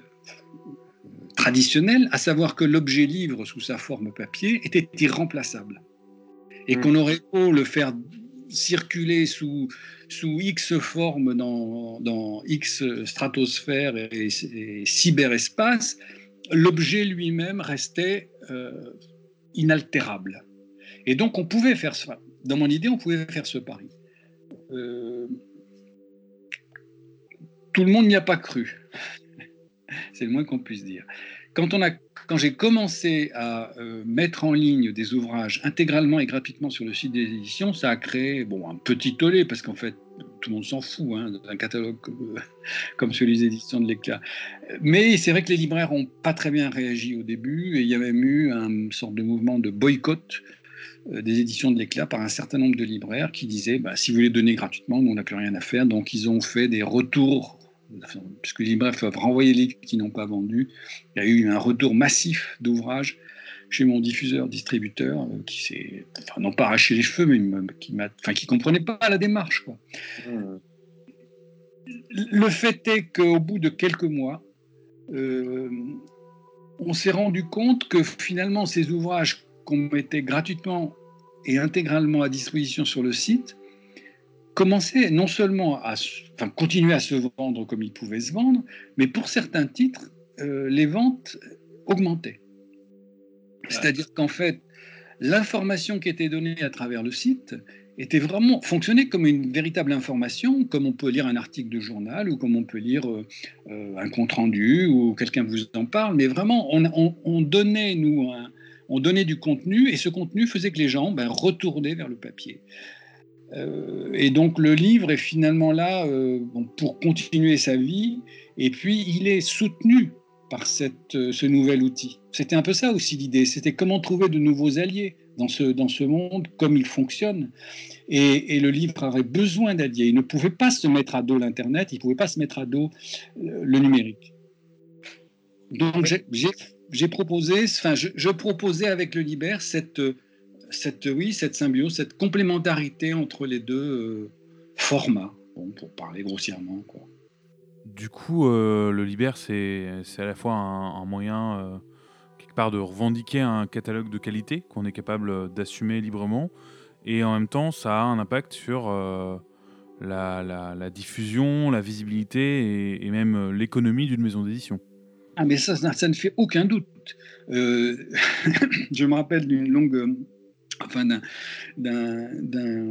traditionnel, à savoir que l'objet livre sous sa forme papier était irremplaçable. Et mmh. qu'on aurait beau le faire circuler sous, sous X formes dans, dans X stratosphère et, et, et cyberespace, l'objet lui-même restait euh, inaltérable. Et donc, on pouvait faire ça. Dans mon idée, on pouvait faire ce pari. Euh, tout le monde n'y a pas cru. C'est le moins qu'on puisse dire. Quand, on a, quand j'ai commencé à euh, mettre en ligne des ouvrages intégralement et gratuitement sur le site des éditions, ça a créé bon, un petit tollé, parce qu'en fait, tout le monde s'en fout hein, d'un catalogue comme, comme celui des éditions de l'Éclat. Mais c'est vrai que les libraires n'ont pas très bien réagi au début, et il y a même eu une sorte de mouvement de boycott euh, des éditions de l'Éclat par un certain nombre de libraires qui disaient bah, si vous les donnez gratuitement, nous on n'a plus rien à faire. Donc ils ont fait des retours, puisque les libraires peuvent renvoyer les livres qui n'ont pas vendu. Il y a eu un retour massif d'ouvrages chez mon diffuseur, distributeur, euh, qui s'est, enfin, non pas arraché les cheveux, mais qui ne enfin, qui comprenait pas la démarche, quoi. Mmh. Le fait est qu'au bout de quelques mois, euh, on s'est rendu compte que finalement, ces ouvrages qu'on mettait gratuitement et intégralement à disposition sur le site commençaient non seulement à enfin, continuer à se vendre comme ils pouvaient se vendre, mais pour certains titres, euh, les ventes augmentaient. C'est-à-dire qu'en fait, l'information qui était donnée à travers le site était vraiment, fonctionnait comme une véritable information, comme on peut lire un article de journal ou comme on peut lire euh, un compte-rendu ou quelqu'un vous en parle, mais vraiment, on, on, on donnait, nous, un, on donnait du contenu et ce contenu faisait que les gens ben, retournaient vers le papier. Euh, et donc le livre est finalement là euh, bon, pour continuer sa vie, et puis il est soutenu par cette, euh, ce nouvel outil. C'était un peu ça aussi l'idée, c'était comment trouver de nouveaux alliés dans ce, dans ce monde, comme il fonctionne. Et, et le livre avait besoin d'alliés. Il ne pouvait pas se mettre à dos l'Internet, il ne pouvait pas se mettre à dos le, le numérique. Donc j'ai, j'ai, j'ai proposé, enfin je, je proposais avec le Liber cette, cette, oui, cette symbiose, cette complémentarité entre les deux euh, formats, bon, pour parler grossièrement, quoi. Du coup, euh, le Liber, c'est, c'est à la fois un, un moyen, euh, quelque part, de revendiquer un catalogue de qualité qu'on est capable d'assumer librement, et en même temps, ça a un impact sur euh, la, la, la diffusion, la visibilité et, et même l'économie d'une maison d'édition. Ah, mais ça, ça, ça ne fait aucun doute. Euh, je me rappelle d'une longue... Enfin, d'un... d'un, d'un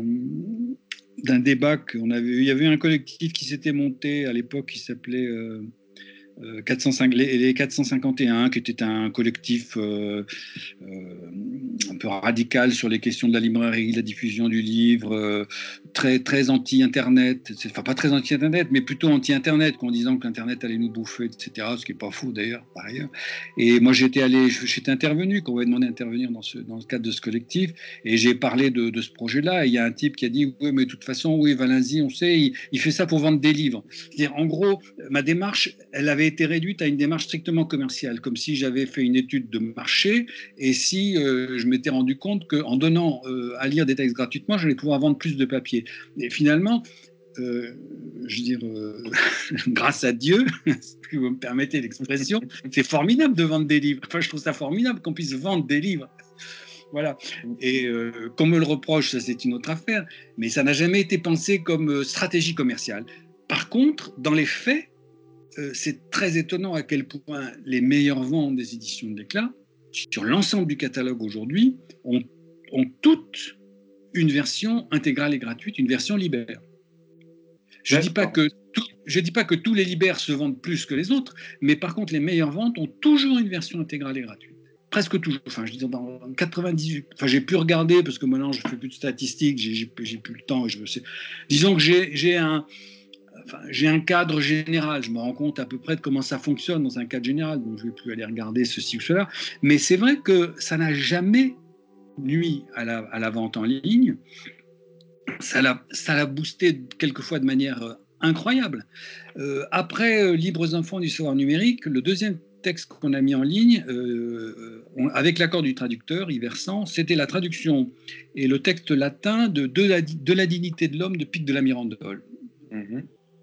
d'un débat qu'on avait eu. Il y avait un collectif qui s'était monté à l'époque qui s'appelait euh, euh, quatre cent cinq, les, les quatre cent cinquante et un, qui était un collectif euh, euh, un peu radical sur les questions de la librairie, de la diffusion du livre, euh, très, très anti-Internet, enfin pas très anti-Internet, mais plutôt anti-Internet, en disant que l'Internet allait nous bouffer, et cetera, ce qui n'est pas faux d'ailleurs, par ailleurs. Et moi j'étais allé, j'étais intervenu, quand on m'avait demandé d'intervenir dans, ce, dans le cadre de ce collectif, et j'ai parlé de, de ce projet-là, et il y a un type qui a dit, oui, mais de toute façon, oui, Valenzy, on sait, il, il fait ça pour vendre des livres. C'est-à-dire, en gros, ma démarche, elle avait été réduite à une démarche strictement commerciale, comme si j'avais fait une étude de marché, et si euh, je m'étais rendu compte qu'en donnant euh, à lire des textes gratuitement, j'allais pouvoir vendre plus de papier. Et finalement, euh, je veux dire, euh, grâce à Dieu, si vous me permettez l'expression, c'est formidable de vendre des livres. Enfin, je trouve ça formidable qu'on puisse vendre des livres. Voilà. Et euh, qu'on me le reproche, ça c'est une autre affaire, mais ça n'a jamais été pensé comme euh, stratégie commerciale. Par contre, dans les faits, euh, c'est très étonnant à quel point les meilleures ventes des éditions de l'Éclat, sur l'ensemble du catalogue aujourd'hui, ont, ont toutes une version intégrale et gratuite, une version Liber. Je ne dis pas que je dis pas que tous les Libers se vendent plus que les autres, mais par contre, les meilleures ventes ont toujours une version intégrale et gratuite. Presque toujours. Enfin, je veux dire, dans quatre-vingt-dix-huit. Enfin, j'ai pu regarder parce que maintenant, je ne fais plus de statistiques, j'ai, j'ai, j'ai plus le temps. Et je me sais. Disons que j'ai, j'ai un. Enfin, j'ai un cadre général, je me rends compte à peu près de comment ça fonctionne dans un cadre général, donc je ne vais plus aller regarder ceci ou cela, mais c'est vrai que ça n'a jamais nuit à la, à la vente en ligne, ça l'a, ça l'a boosté quelquefois de manière euh, incroyable. Euh, après euh, Libres enfants du savoir numérique, le deuxième texte qu'on a mis en ligne, euh, on, avec l'accord du traducteur, Yversant, c'était la traduction et le texte latin de De la, de la dignité de l'homme de Pic de la Mirandole. Mmh.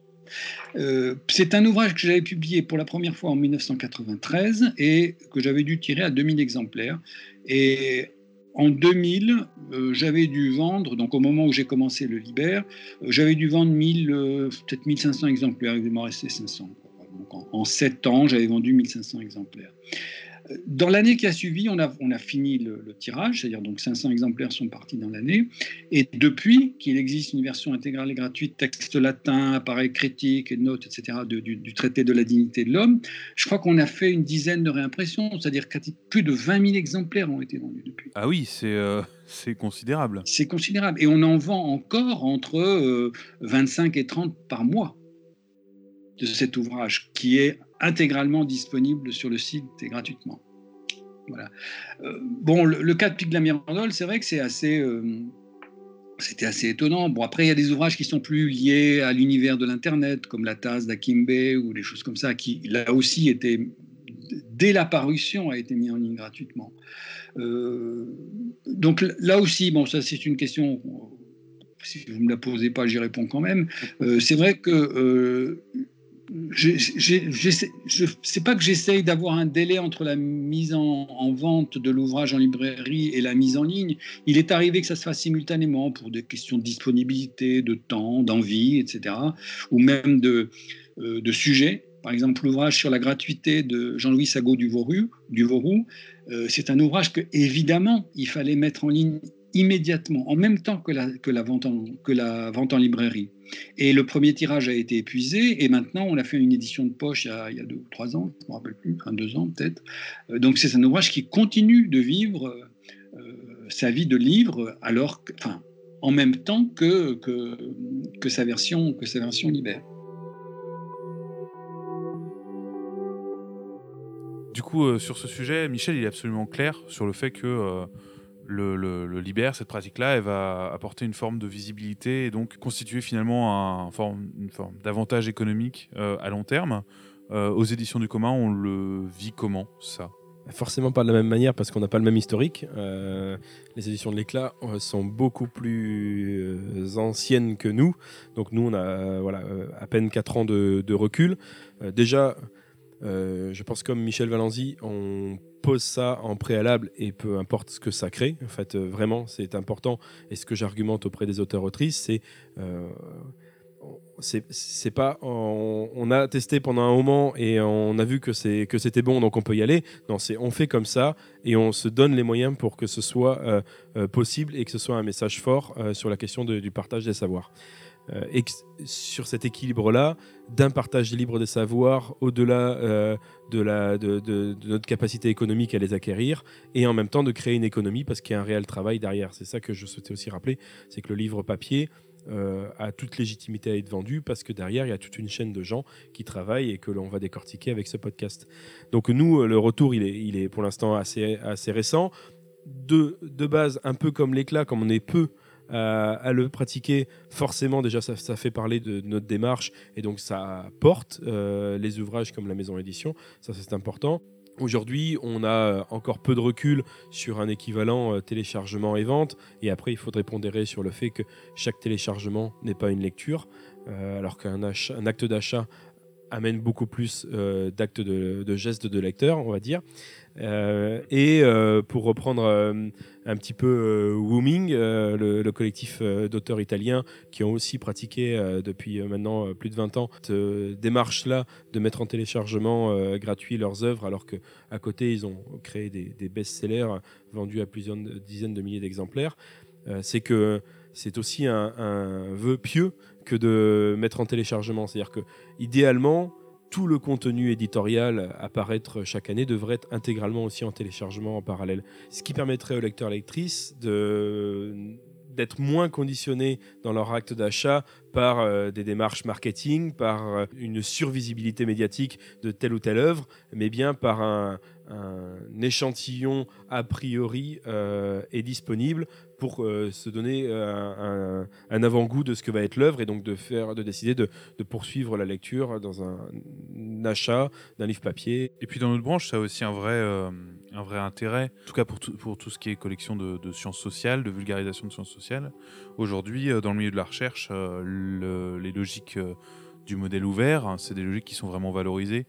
Euh, c'est un ouvrage que j'avais publié pour la première fois en mille neuf cent quatre-vingt-treize et que j'avais dû tirer à deux mille exemplaires. Et en deux mille, euh, j'avais dû vendre, donc au moment où j'ai commencé le Liber, euh, j'avais dû vendre mille, euh, peut-être mille cinq cents exemplaires, il m'en restait cinq cents. Donc en, en sept ans, j'avais vendu mille cinq cents exemplaires. Dans l'année qui a suivi, on a, on a fini le, le tirage, c'est-à-dire donc cinq cents exemplaires sont partis dans l'année. Et depuis qu'il existe une version intégrale et gratuite, texte latin, appareil critique, notes, et cetera, de, du, du traité de la dignité de l'homme, je crois qu'on a fait une dizaine de réimpressions, c'est-à-dire que plus de vingt mille exemplaires ont été vendus depuis. Ah oui, c'est, euh, c'est considérable. C'est considérable. Et on en vend encore entre euh, vingt-cinq et trente par mois de cet ouvrage qui est intégralement disponible sur le site et gratuitement. Voilà. Euh, bon, le, le cas de Pic de la Mirandole, c'est vrai que c'est assez, euh, c'était assez étonnant. Bon, après, il y a des ouvrages qui sont plus liés à l'univers de l'Internet, comme La Tasse d'Akimbe ou des choses comme ça, qui là aussi étaient, dès la parution, a été mis en ligne gratuitement. Euh, donc là aussi, bon, ça c'est une question. Si vous ne me la posez pas, j'y réponds quand même. Euh, c'est vrai que euh, je c'est pas que j'essaye d'avoir un délai entre la mise en, en vente de l'ouvrage en librairie et la mise en ligne. Il est arrivé que ça se fasse simultanément pour des questions de disponibilité, de temps, d'envie, et cetera, ou même de, euh, de sujet. Par exemple, l'ouvrage sur la gratuité de Jean-Louis Sagot du Vauroux, du Vauroux euh, c'est un ouvrage que, évidemment, il fallait mettre en ligne immédiatement, en même temps que la, que la, vente, en, que la vente en librairie. Et le premier tirage a été épuisé, et maintenant on a fait une édition de poche il y a, il y a deux ou trois ans, je ne me rappelle plus, enfin deux ans peut-être. Euh, donc c'est un ouvrage qui continue de vivre euh, sa vie de livre, alors que, enfin, en même temps que, que, que, sa version, que sa version libère. Du coup, euh, sur ce sujet, Michel, il est absolument clair sur le fait que euh, le, le, le Libère, cette pratique-là, elle va apporter une forme de visibilité et donc constituer finalement un, forme, une forme d'avantage économique euh, à long terme. Euh, aux éditions du commun, on le vit comment, ça ? Forcément pas de la même manière parce qu'on n'a pas le même historique. Euh, les éditions de l'Éclat euh, sont beaucoup plus euh, anciennes que nous. Donc nous, on a euh, voilà, euh, à peine quatre ans de, de recul. Euh, déjà... Euh, je pense comme Michel Valenzy, on pose ça en préalable et peu importe ce que ça crée. En fait, euh, vraiment, c'est important. Et ce que j'argumente auprès des auteurs-autrices, c'est, euh, c'est, c'est pas, on, on a testé pendant un moment et on a vu que, c'est, que c'était bon, donc on peut y aller. Non, c'est on fait comme ça et on se donne les moyens pour que ce soit euh, euh, possible et que ce soit un message fort euh, sur la question de, du partage des savoirs. Euh, et sur cet équilibre-là, d'un partage libre des savoirs au-delà euh, de, la, de, de, de notre capacité économique à les acquérir, et en même temps de créer une économie parce qu'il y a un réel travail derrière. C'est ça que je souhaitais aussi rappeler, c'est que le livre papier euh, a toute légitimité à être vendu parce que derrière, il y a toute une chaîne de gens qui travaillent et que l'on va décortiquer avec ce podcast. Donc nous, le retour, il est, il est pour l'instant assez, assez récent. De, de base, un peu comme l'Éclat, comme on est peu À, à le pratiquer, forcément déjà ça, ça fait parler de notre démarche et donc ça porte euh, les ouvrages comme la maison édition, ça c'est important. Aujourd'hui on a encore peu de recul sur un équivalent euh, téléchargement et vente, et après il faudrait pondérer sur le fait que chaque téléchargement n'est pas une lecture, euh, alors qu'un achat, un acte d'achat amène beaucoup plus euh, d'actes de, de gestes de lecteur, on va dire. Euh, et euh, pour reprendre euh, un petit peu euh, Wooming, euh, le, le collectif euh, d'auteurs italiens qui ont aussi pratiqué euh, depuis euh, maintenant euh, plus de vingt ans cette euh, démarche-là de mettre en téléchargement euh, gratuit leurs œuvres, alors qu'à côté ils ont créé des, des best-sellers vendus à plusieurs dizaines de milliers d'exemplaires. Euh, c'est que c'est aussi un, un vœu pieux que de mettre en téléchargement. C'est-à-dire que idéalement, tout le contenu éditorial à paraître chaque année devrait être intégralement aussi en téléchargement en parallèle. Ce qui permettrait aux lecteurs et lectrices de, d'être moins conditionnés dans leur acte d'achat par euh, des démarches marketing, par euh, une survisibilité médiatique de telle ou telle œuvre, mais bien par un, un échantillon a priori euh, est disponible pour euh, se donner euh, un, un avant-goût de ce que va être l'œuvre et donc de, faire, de décider de, de poursuivre la lecture dans un, un achat d'un livre papier. Et puis dans notre branche, ça a aussi un vrai, euh, un vrai intérêt, en tout cas pour tout, pour tout ce qui est collection de, de sciences sociales, de vulgarisation de sciences sociales. Aujourd'hui, euh, dans le milieu de la recherche, euh, le, les logiques euh, du modèle ouvert, hein, c'est des logiques qui sont vraiment valorisées,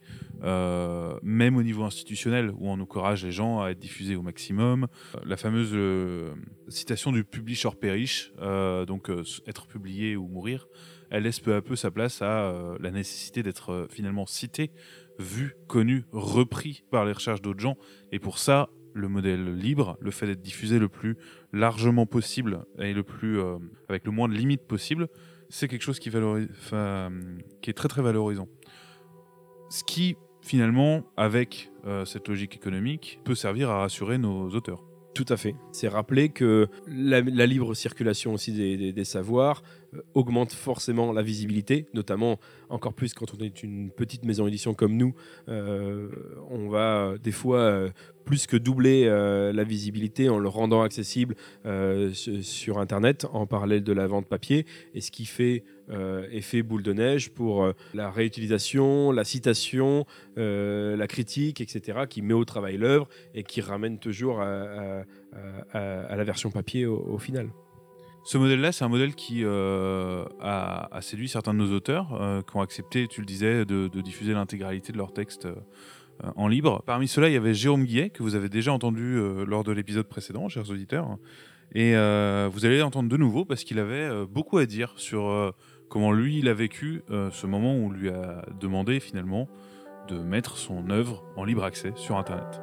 euh, même au niveau institutionnel, où on encourage les gens à être diffusés au maximum. Euh, la fameuse euh, citation du publish or perish, euh, donc euh, être publié ou mourir, elle laisse peu à peu sa place à euh, la nécessité d'être euh, finalement cité vu, connu, repris par les recherches d'autres gens. Et pour ça, le modèle libre, le fait d'être diffusé le plus largement possible et le plus, euh, avec le moins de limites possible, c'est quelque chose qui, valorise, qui est très très valorisant. Ce qui, finalement, avec euh, cette logique économique, peut servir à rassurer nos auteurs. Tout à fait. C'est rappeler que la, la libre circulation aussi des, des, des savoirs euh, augmente forcément la visibilité, notamment encore plus quand on est une petite maison d'édition comme nous. Euh, on va euh, des fois euh, plus que doubler euh, la visibilité en le rendant accessible euh, sur Internet en parallèle de la vente papier, et ce qui fait euh, effet boule de neige pour euh, la réutilisation, la citation, euh, la critique, et cetera, qui met au travail l'œuvre et qui ramène toujours à, à, à, à la version papier au, au final. Ce modèle-là, c'est un modèle qui euh, a, a séduit certains de nos auteurs euh, qui ont accepté, tu le disais, de, de diffuser l'intégralité de leurs textes euh, en libre. Parmi ceux-là, il y avait Jérôme Guillet, que vous avez déjà entendu euh, lors de l'épisode précédent, chers auditeurs. Et euh, vous allez l'entendre de nouveau parce qu'il avait euh, beaucoup à dire sur euh, comment lui, il a vécu euh, ce moment où on lui a demandé finalement de mettre son œuvre en libre accès sur Internet.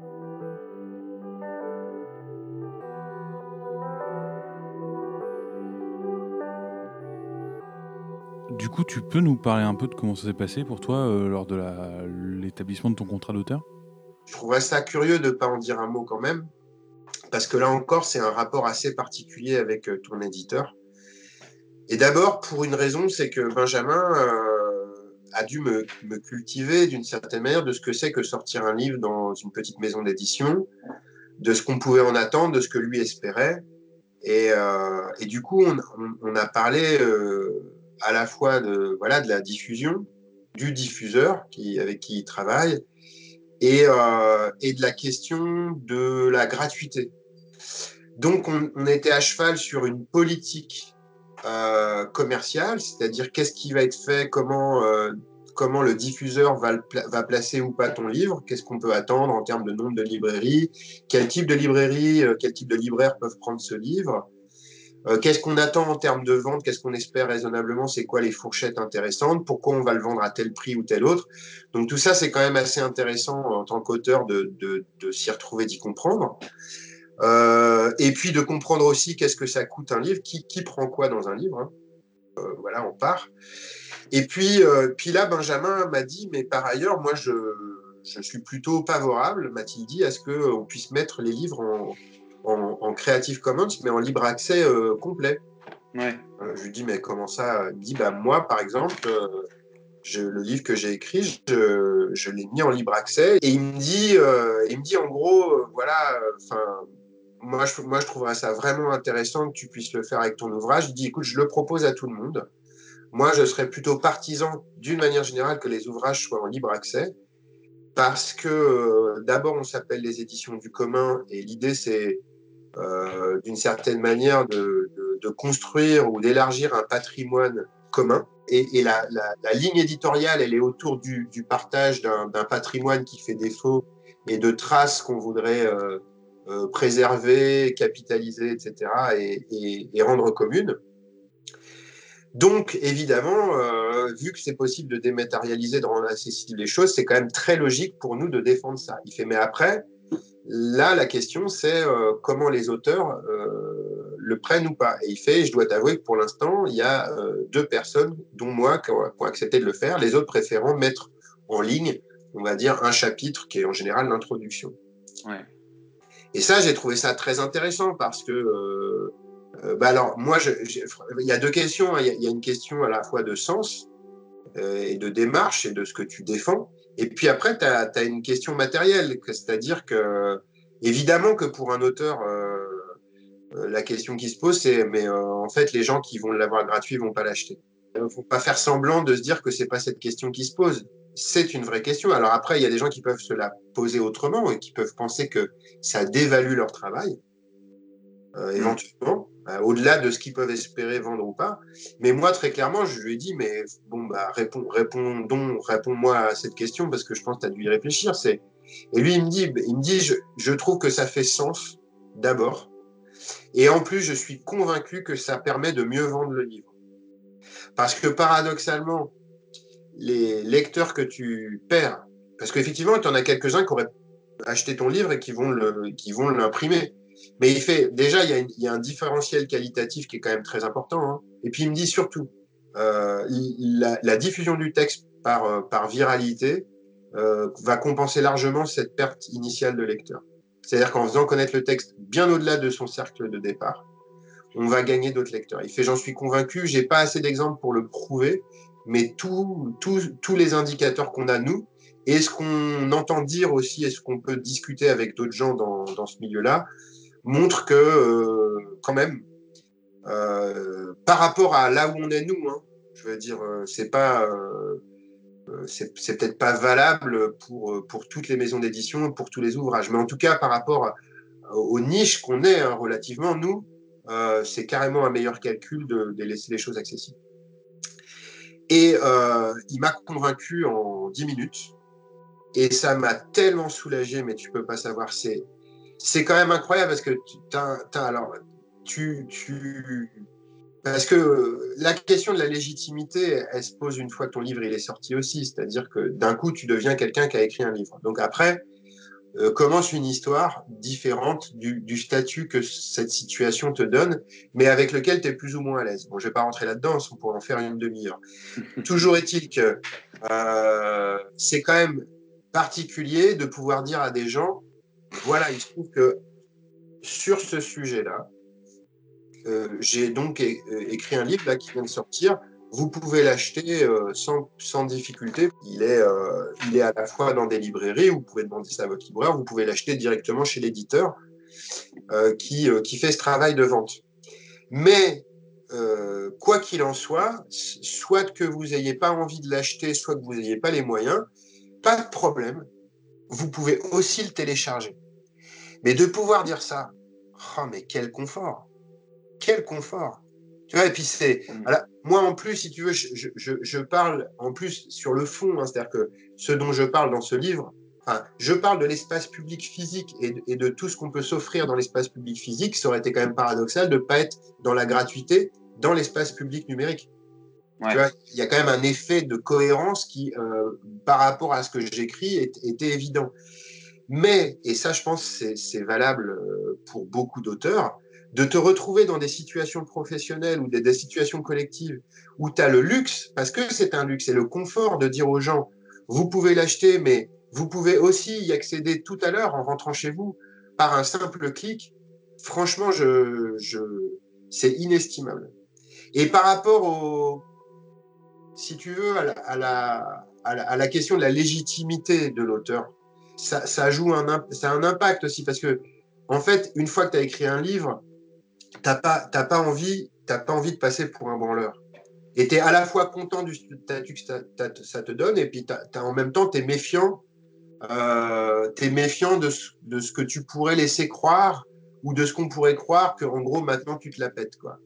Du coup, tu peux nous parler un peu de comment ça s'est passé pour toi euh, lors de la, l'établissement de ton contrat d'auteur ? Je trouverais ça curieux de ne pas en dire un mot quand même, parce que là encore, c'est un rapport assez particulier avec euh, ton éditeur. Et d'abord, pour une raison, c'est que Benjamin euh, a dû me, me cultiver d'une certaine manière de ce que c'est que sortir un livre dans une petite maison d'édition, de ce qu'on pouvait en attendre, de ce que lui espérait. Et, euh, et du coup, on, on, on a parlé euh, à la fois de, voilà, de la diffusion, du diffuseur qui, avec qui il travaille, et, euh, et de la question de la gratuité. Donc, on, on était à cheval sur une politique euh, commerciale, c'est-à-dire qu'est-ce qui va être fait, comment, euh, comment le diffuseur va, le pla- va placer ou pas ton livre, qu'est-ce qu'on peut attendre en termes de nombre de librairies, quel type de librairie, euh, quel type de libraire peuvent prendre ce livre. Euh, qu'est-ce qu'on attend en termes de vente? Qu'est-ce qu'on espère raisonnablement? C'est quoi les fourchettes intéressantes? Pourquoi on va le vendre à tel prix ou tel autre? Donc tout ça, c'est quand même assez intéressant en tant qu'auteur de, de, de s'y retrouver, d'y comprendre. Euh, et puis de comprendre aussi qu'est-ce que ça coûte un livre, qui, qui prend quoi dans un livre. Hein. Euh, voilà, on part. Et puis, euh, puis là, Benjamin m'a dit, mais par ailleurs, moi, je, je suis plutôt favorable, m'a-t-il dit, à ce qu'on puisse mettre les livres en... En, en Creative Commons, mais en libre accès euh, complet. Ouais. Euh, je lui dis, mais comment ça? Il me dit, bah, moi, par exemple, euh, je, le livre que j'ai écrit, je, je l'ai mis en libre accès. Et il me dit, euh, il me dit en gros, euh, voilà, enfin, euh, moi, je, moi, je trouverais ça vraiment intéressant que tu puisses le faire avec ton ouvrage. Il dit, écoute, je le propose à tout le monde. Moi, je serais plutôt partisan, d'une manière générale, que les ouvrages soient en libre accès. Parce que, euh, d'abord, on s'appelle les éditions du commun, et l'idée, c'est Euh, d'une certaine manière de, de, de construire ou d'élargir un patrimoine commun. Et, et la, la, la ligne éditoriale, elle est autour du, du partage d'un, d'un patrimoine qui fait défaut et de traces qu'on voudrait euh, euh, préserver, capitaliser, et cetera, et, et, et rendre communes. Donc, évidemment, euh, vu que c'est possible de dématérialiser, de rendre accessibles les choses, c'est quand même très logique pour nous de défendre ça. Il fait, mais après, là, la question, c'est euh, comment les auteurs euh, le prennent ou pas. Et il fait, je dois t'avouer que pour l'instant, il y a euh, deux personnes, dont moi, qui ont, qui ont accepté de le faire, les autres préférant mettre en ligne, on va dire, un chapitre qui est en général l'introduction. Ouais. Et ça, j'ai trouvé ça très intéressant parce que, euh, euh, bah alors, moi, je, il y a deux questions. Il y a, il y a une question à la fois de sens euh, et de démarche et de ce que tu défends. Et puis après, tu as une question matérielle, c'est-à-dire que, évidemment que pour un auteur, euh, euh, la question qui se pose, c'est, mais euh, en fait, les gens qui vont l'avoir gratuit vont pas l'acheter. Il ne faut pas faire semblant de se dire que c'est pas cette question qui se pose. C'est une vraie question. Alors après, il y a des gens qui peuvent se la poser autrement et qui peuvent penser que ça dévalue leur travail, euh, éventuellement, euh, au-delà de ce qu'ils peuvent espérer vendre ou pas. Mais moi, très clairement, je lui ai dit, mais bon, bah, réponds, répondons, réponds-moi à cette question parce que je pense que tu as dû y réfléchir. C'est... Et lui, il me dit, il me dit je, je trouve que ça fait sens, d'abord. Et en plus, je suis convaincu que ça permet de mieux vendre le livre. Parce que paradoxalement, les lecteurs que tu perds. Parce qu'effectivement, tu en as quelques-uns qui auraient acheté ton livre et qui vont, le, qui vont l'imprimer. Mais il fait, déjà, il y, a une, il y a un différentiel qualitatif qui est quand même très important. Hein. Et puis, il me dit surtout, euh, la, la diffusion du texte par, euh, par viralité euh, va compenser largement cette perte initiale de lecteur. C'est-à-dire qu'en faisant connaître le texte bien au-delà de son cercle de départ, on va gagner d'autres lecteurs. Il fait, j'en suis convaincu, j'ai pas assez d'exemples pour le prouver, mais tous tous les indicateurs qu'on a, nous, et ce qu'on entend dire aussi, et ce qu'on peut discuter avec d'autres gens dans, dans ce milieu-là, montrent que, euh, quand même, euh, par rapport à là où on est, nous, hein, je veux dire, euh, c'est pas... Euh, c'est, c'est peut-être pas valable pour, pour toutes les maisons d'édition, pour tous les ouvrages, mais en tout cas, par rapport à, aux niches qu'on est, hein, relativement, nous, euh, c'est carrément un meilleur calcul de, de laisser les choses accessibles. Et euh, il m'a convaincu en dix minutes. Et ça m'a tellement soulagé, mais tu peux pas savoir. C'est, c'est quand même incroyable parce que tu, t'as, t'as, alors, tu, tu, parce que la question de la légitimité, elle se pose une fois que ton livre il est sorti aussi. C'est-à-dire que d'un coup, tu deviens quelqu'un qui a écrit un livre. Donc après, Euh, commence une histoire différente du, du statut que cette situation te donne, mais avec lequel tu es plus ou moins à l'aise. Bon, je vais pas rentrer là-dedans, on pourrait en faire une demi-heure. Toujours est-il que euh, c'est quand même particulier de pouvoir dire à des gens, voilà, il se trouve que sur ce sujet-là, euh, j'ai donc é- écrit un livre là qui vient de sortir. Vous pouvez l'acheter euh, sans, sans difficulté. Il est, euh, il est à la fois dans des librairies, vous pouvez demander ça à votre libraire, vous pouvez l'acheter directement chez l'éditeur euh, qui, euh, qui fait ce travail de vente. Mais euh, quoi qu'il en soit, soit que vous n'ayez pas envie de l'acheter, soit que vous n'ayez pas les moyens, pas de problème, vous pouvez aussi le télécharger. Mais de pouvoir dire ça, oh mais quel confort, quel confort. Tu vois, et puis c'est. Voilà, moi, en plus, si tu veux, je, je, je parle en plus sur le fond, hein, c'est-à-dire que ce dont je parle dans ce livre, enfin, je parle de l'espace public physique et de, et de tout ce qu'on peut s'offrir dans l'espace public physique. Ça aurait été quand même paradoxal de ne pas être dans la gratuité dans l'espace public numérique. Ouais. Tu vois, il y a quand même un effet de cohérence qui, euh, par rapport à ce que j'écris, est, était évident. Mais, et ça, je pense, c'est, c'est valable pour beaucoup d'auteurs, de te retrouver dans des situations professionnelles ou des, des situations collectives où tu as le luxe, parce que c'est un luxe, et le confort de dire aux gens, vous pouvez l'acheter, mais vous pouvez aussi y accéder tout à l'heure en rentrant chez vous par un simple clic. Franchement, je, je, c'est inestimable. Et par rapport au, si tu veux, à la, à la, à la, à la question de la légitimité de l'auteur, ça, ça joue un, ça a un impact aussi parce que, en fait, une fois que tu as écrit un livre, t'as pas, t'as pas envie, t'as pas envie de passer pour un branleur. Et tu es à la fois content du statut que ça, ça te donne, et puis t'as, t'as, en même temps, tu es méfiant, euh, t'es méfiant de ce, de ce que tu pourrais laisser croire, ou de ce qu'on pourrait croire qu'en gros, maintenant, tu te la pètes, quoi.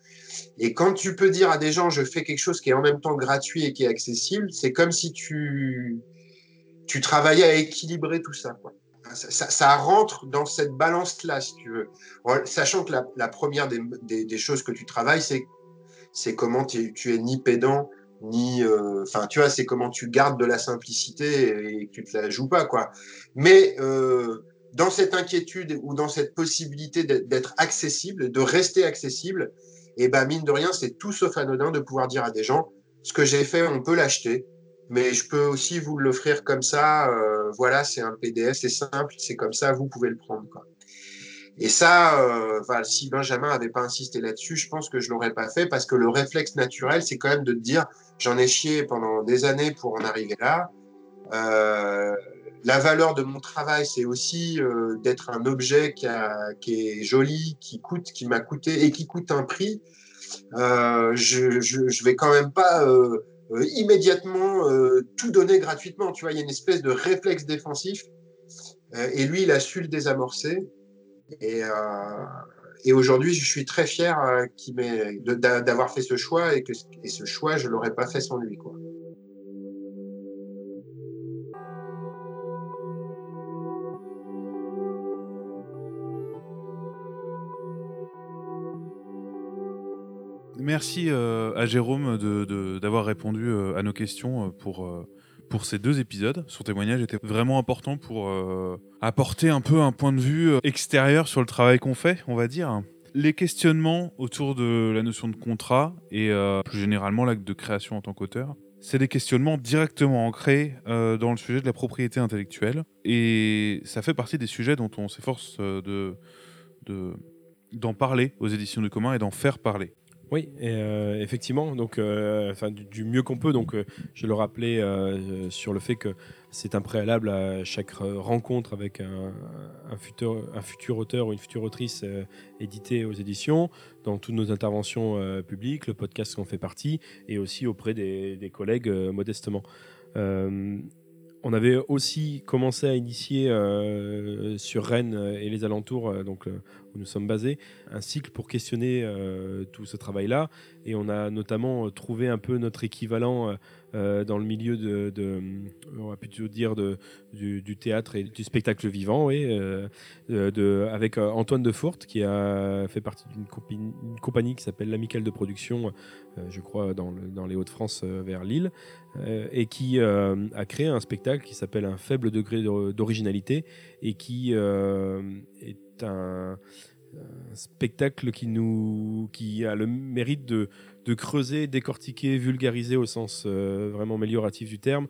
Et quand tu peux dire à des gens, je fais quelque chose qui est en même temps gratuit et qui est accessible, c'est comme si tu, tu travaillais à équilibrer tout ça, quoi. Ça, ça, ça rentre dans cette balance-là, si tu veux. Sachant que la, la première des, des, des choses que tu travailles, c'est, c'est comment tu, tu es ni pédant, ni... Enfin, euh, tu vois, c'est comment tu gardes de la simplicité et que tu te la joues pas, quoi. Mais euh, dans cette inquiétude ou dans cette possibilité d'être, d'être accessible, de rester accessible, et ben mine de rien, c'est tout sauf anodin de pouvoir dire à des gens, ce que j'ai fait, on peut l'acheter, mais je peux aussi vous l'offrir comme ça, euh, voilà, c'est un P D F, c'est simple, c'est comme ça, vous pouvez le prendre, quoi. Et ça, euh, enfin, si Benjamin n'avait pas insisté là-dessus, je pense que je l'aurais pas fait parce que le réflexe naturel, c'est quand même de te dire, j'en ai chié pendant des années pour en arriver là. Euh, la valeur de mon travail, c'est aussi euh, d'être un objet qui, a, qui est joli, qui coûte, qui m'a coûté et qui coûte un prix. Euh, je, je, je vais quand même pas euh, euh, immédiatement euh, tout donner gratuitement. Tu vois, il y a une espèce de réflexe défensif euh, et lui, il a su le désamorcer. Et, euh, et aujourd'hui, je suis très fier euh, qu'il m'ait, de, d'avoir fait ce choix et que et ce choix, je l'aurais pas fait sans lui, quoi. Merci euh, à Jérôme de, de, d'avoir répondu euh, à nos questions euh, pour, euh, pour ces deux épisodes. Son témoignage était vraiment important pour euh, apporter un peu un point de vue euh, extérieur sur le travail qu'on fait, on va dire. Les questionnements autour de la notion de contrat et euh, plus généralement l'acte de création en tant qu'auteur, c'est des questionnements directement ancrés euh, dans le sujet de la propriété intellectuelle. Et ça fait partie des sujets dont on s'efforce euh, de, de, d'en parler aux éditions du commun et d'en faire parler. Oui, et euh, effectivement, donc, euh, enfin, du, du mieux qu'on peut. Donc, euh, je le rappelais euh, sur le fait que c'est un préalable à chaque rencontre avec un, un, futur, un futur auteur ou une future autrice euh, édité aux éditions, dans toutes nos interventions euh, publiques, le podcast qu'on fait partie, et aussi auprès des, des collègues euh, modestement. Euh, On avait aussi commencé à initier euh, sur Rennes et les alentours, euh, donc, euh, où nous sommes basés, un cycle pour questionner euh, tout ce travail-là. Et on a notamment trouvé un peu notre équivalent euh, dans le milieu de, de, on va plutôt dire, de, du, du théâtre et du spectacle vivant, oui, euh, de, avec Antoine Defourte, qui a fait partie d'une compagnie, une compagnie qui s'appelle l'Amicale de Production, euh, je crois, dans, le, dans les Hauts-de-France, euh, vers Lille, euh, et qui euh, a créé un spectacle qui s'appelle Un faible degré d'originalité, et qui euh, est un, un spectacle qui, nous, qui a le mérite de, de creuser, décortiquer, vulgariser au sens euh, vraiment amélioratif du terme,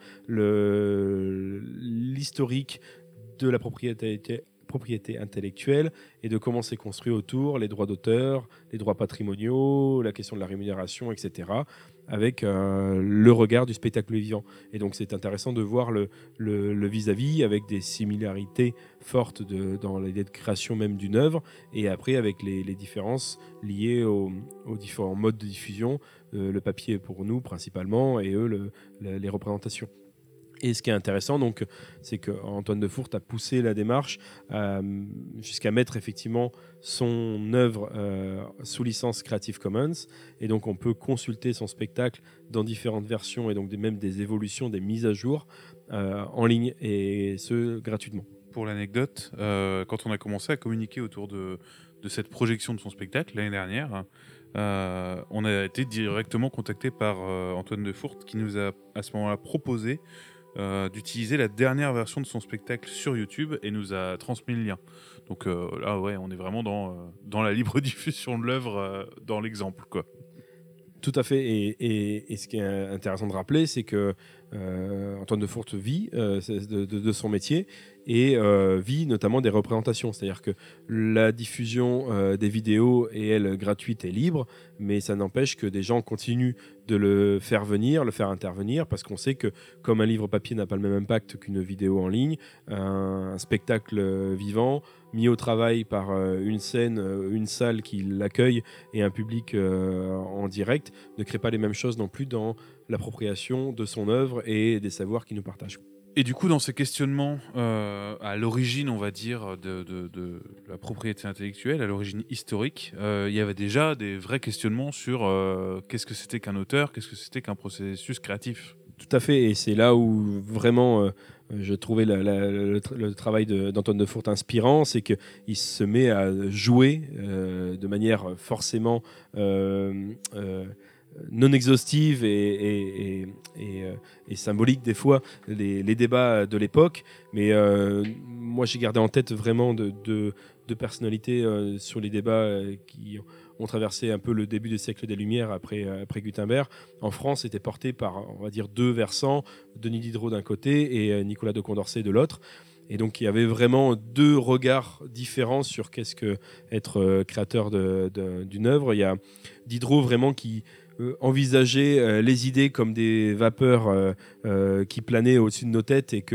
le, l'historique de la propriété, propriété intellectuelle et de comment c'est construit autour, les droits d'auteur, les droits patrimoniaux, la question de la rémunération, et cetera, avec euh, le regard du spectacle vivant. Et donc c'est intéressant de voir le, le, le vis-à-vis avec des similarités fortes de, dans l'idée de création même d'une œuvre, et après avec les, les différences liées aux, aux différents modes de diffusion, euh, le papier pour nous principalement, et eux le, le, les représentations. Et ce qui est intéressant, donc, c'est qu'Antoine Defourte a poussé la démarche euh, jusqu'à mettre effectivement son œuvre euh, sous licence Creative Commons. Et donc, on peut consulter son spectacle dans différentes versions et donc des, même des évolutions, des mises à jour euh, en ligne, et ce, gratuitement. Pour l'anecdote, euh, quand on a commencé à communiquer autour de, de cette projection de son spectacle l'année dernière, euh, on a été directement contacté par euh, Antoine Defourte, qui nous a à ce moment-là proposé Euh, d'utiliser la dernière version de son spectacle sur YouTube et nous a transmis le lien. Donc euh, là, ouais, on est vraiment dans, euh, dans la libre diffusion de l'œuvre, euh, dans l'exemple, quoi. Tout à fait. Et, et, et ce qui est intéressant de rappeler, c'est que euh, Antoine Defourte vit euh, de, de, de son métier et euh, vit notamment des représentations. C'est-à-dire que la diffusion euh, des vidéos est, elle, gratuite et libre, mais ça n'empêche que des gens continuent de le faire venir, le faire intervenir, parce qu'on sait que comme un livre papier n'a pas le même impact qu'une vidéo en ligne, un, un spectacle vivant mis au travail par euh, une scène, euh, une salle qui l'accueille et un public euh, en direct ne crée pas les mêmes choses non plus dans l'appropriation de son œuvre et des savoirs qu'il nous partage. Et du coup, dans ces questionnements, euh, à l'origine, on va dire, de, de, de la propriété intellectuelle, à l'origine historique, euh, il y avait déjà des vrais questionnements sur euh, qu'est-ce que c'était qu'un auteur, qu'est-ce que c'était qu'un processus créatif. Tout à fait, et c'est là où vraiment euh, je trouvais la, la, le, le travail de, d'Antoine Defourte inspirant, c'est qu'il se met à jouer euh, de manière forcément euh, euh, non exhaustive et, et, et, et, euh, et symbolique des fois les, les débats de l'époque, mais euh, moi j'ai gardé en tête vraiment de, de, de personnalités euh, sur les débats euh, qui ont traversé un peu le début du siècle des Lumières après, après Gutenberg. En France, était porté par, on va dire, deux versants, Denis Diderot d'un côté et Nicolas de Condorcet de l'autre. Et donc, il y avait vraiment deux regards différents sur qu'est-ce que être créateur de, de, d'une œuvre. Il y a Diderot vraiment qui euh, envisageait euh, les idées comme des vapeurs euh, euh, qui planaient au-dessus de nos têtes, et que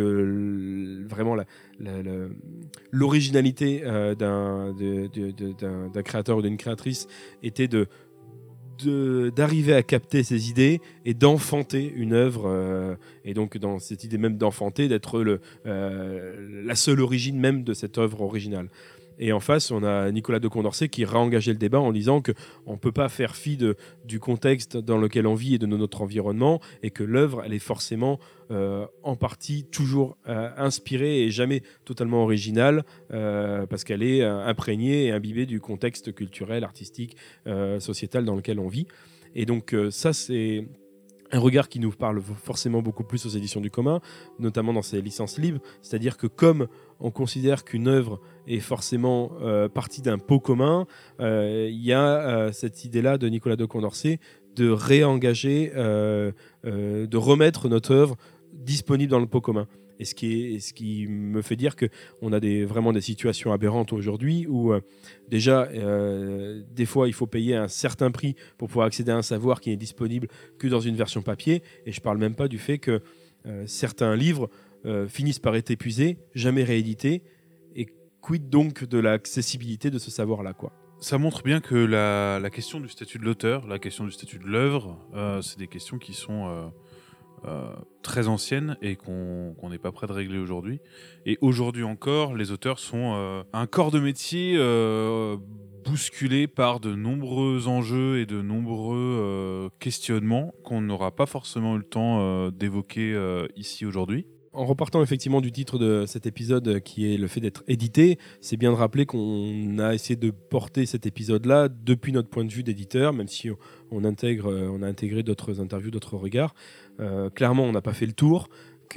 l- vraiment la, la, la, l'originalité euh, d'un, de, de, de, d'un, d'un créateur ou d'une créatrice était de De, d'arriver à capter ces idées et d'enfanter une œuvre, euh, et donc dans cette idée même d'enfanter, d'être le, euh, la seule origine même de cette œuvre originale. Et en face, on a Nicolas de Condorcet qui réengageait le débat en disant qu'on ne peut pas faire fi de, du contexte dans lequel on vit et de notre environnement, et que l'œuvre, elle est forcément euh, en partie toujours euh, inspirée et jamais totalement originale, euh, parce qu'elle est euh, imprégnée et imbibée du contexte culturel, artistique, euh, sociétal dans lequel on vit. Et donc euh, ça, c'est un regard qui nous parle forcément beaucoup plus aux éditions du commun, notamment dans ses licences libres, c'est-à-dire que comme on considère qu'une œuvre est forcément euh, partie d'un pot commun, il euh, y a euh, cette idée-là de Nicolas de Condorcet de réengager, euh, euh, de remettre notre œuvre disponible dans le pot commun. Et ce qui, est, ce qui me fait dire qu'on a des, vraiment des situations aberrantes aujourd'hui où euh, déjà, euh, des fois, il faut payer un certain prix pour pouvoir accéder à un savoir qui n'est disponible que dans une version papier. Et je ne parle même pas du fait que euh, certains livres euh, finissent par être épuisés, jamais réédités. Et quid donc de l'accessibilité de ce savoir-là, quoi. Ça montre bien que la, la question du statut de l'auteur, la question du statut de l'œuvre, euh, c'est des questions qui sont... Euh Euh, très ancienne et qu'on qu'on n'est pas prêt de régler aujourd'hui. Et aujourd'hui encore, les auteurs sont euh, un corps de métier euh, bousculé par de nombreux enjeux et de nombreux euh, questionnements qu'on n'aura pas forcément eu le temps euh, d'évoquer euh, ici aujourd'hui. En repartant effectivement du titre de cet épisode qui est le fait d'être édité, c'est bien de rappeler qu'on a essayé de porter cet épisode-là depuis notre point de vue d'éditeur, même si on, intègre, on a intégré d'autres interviews, d'autres regards. Euh, clairement, on n'a pas fait le tour,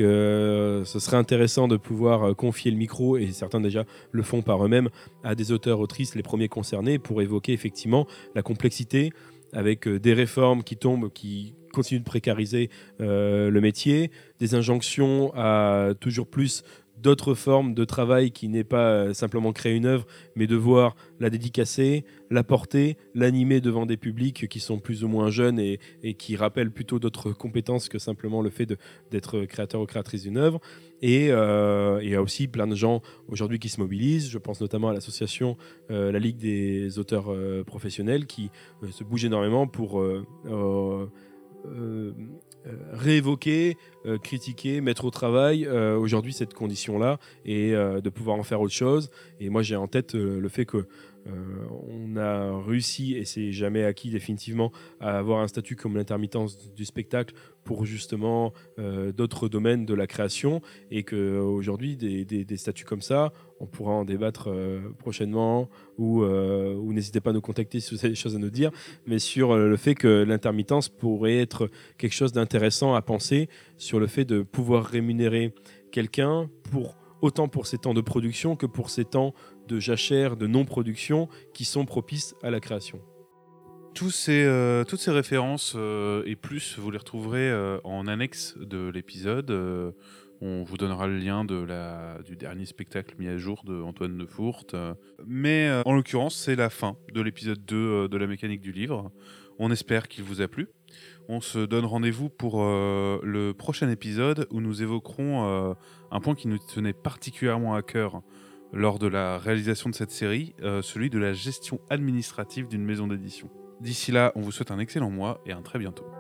que ce serait intéressant de pouvoir confier le micro, et certains déjà le font par eux-mêmes, à des auteurs-autrices, les premiers concernés, pour évoquer effectivement la complexité, avec des réformes qui tombent, qui continuent de précariser euh, le métier, des injonctions à toujours plus d'autres formes de travail qui n'est pas simplement créer une œuvre, mais devoir la dédicacer, la porter, l'animer devant des publics qui sont plus ou moins jeunes et, et qui rappellent plutôt d'autres compétences que simplement le fait de, d'être créateur ou créatrice d'une œuvre. Et euh, il y a aussi plein de gens aujourd'hui qui se mobilisent. Je pense notamment à l'association euh, la Ligue des auteurs euh, professionnels qui euh, se bouge énormément pour... Euh, euh, euh, Euh, réévoquer, euh, critiquer, mettre au travail euh, aujourd'hui cette condition-là et euh, de pouvoir en faire autre chose. Et moi j'ai en tête euh, le fait que euh, on a réussi, et c'est jamais acquis définitivement, à avoir un statut comme l'intermittence du spectacle pour justement euh, d'autres domaines de la création, et qu'aujourd'hui des, des, des statuts comme ça, on pourra en débattre euh, prochainement, ou, euh, ou n'hésitez pas à nous contacter si vous avez des choses à nous dire, mais sur euh, le fait que l'intermittence pourrait être quelque chose d'intéressant à penser, sur le fait de pouvoir rémunérer quelqu'un pour autant pour ses temps de production que pour ses temps de jachère, de non-production qui sont propices à la création. Tous ces, euh, toutes ces références euh, et plus, vous les retrouverez euh, en annexe de l'épisode. Euh, on vous donnera le lien de la, du dernier spectacle mis à jour de Antoine de Fourte. Euh, mais euh, en l'occurrence, c'est la fin de l'épisode deux euh, de La Mécanique du Livre. On espère qu'il vous a plu. On se donne rendez-vous pour euh, le prochain épisode où nous évoquerons euh, un point qui nous tenait particulièrement à cœur lors de la réalisation de cette série, euh, celui de la gestion administrative d'une maison d'édition. D'ici là, on vous souhaite un excellent mois et à très bientôt.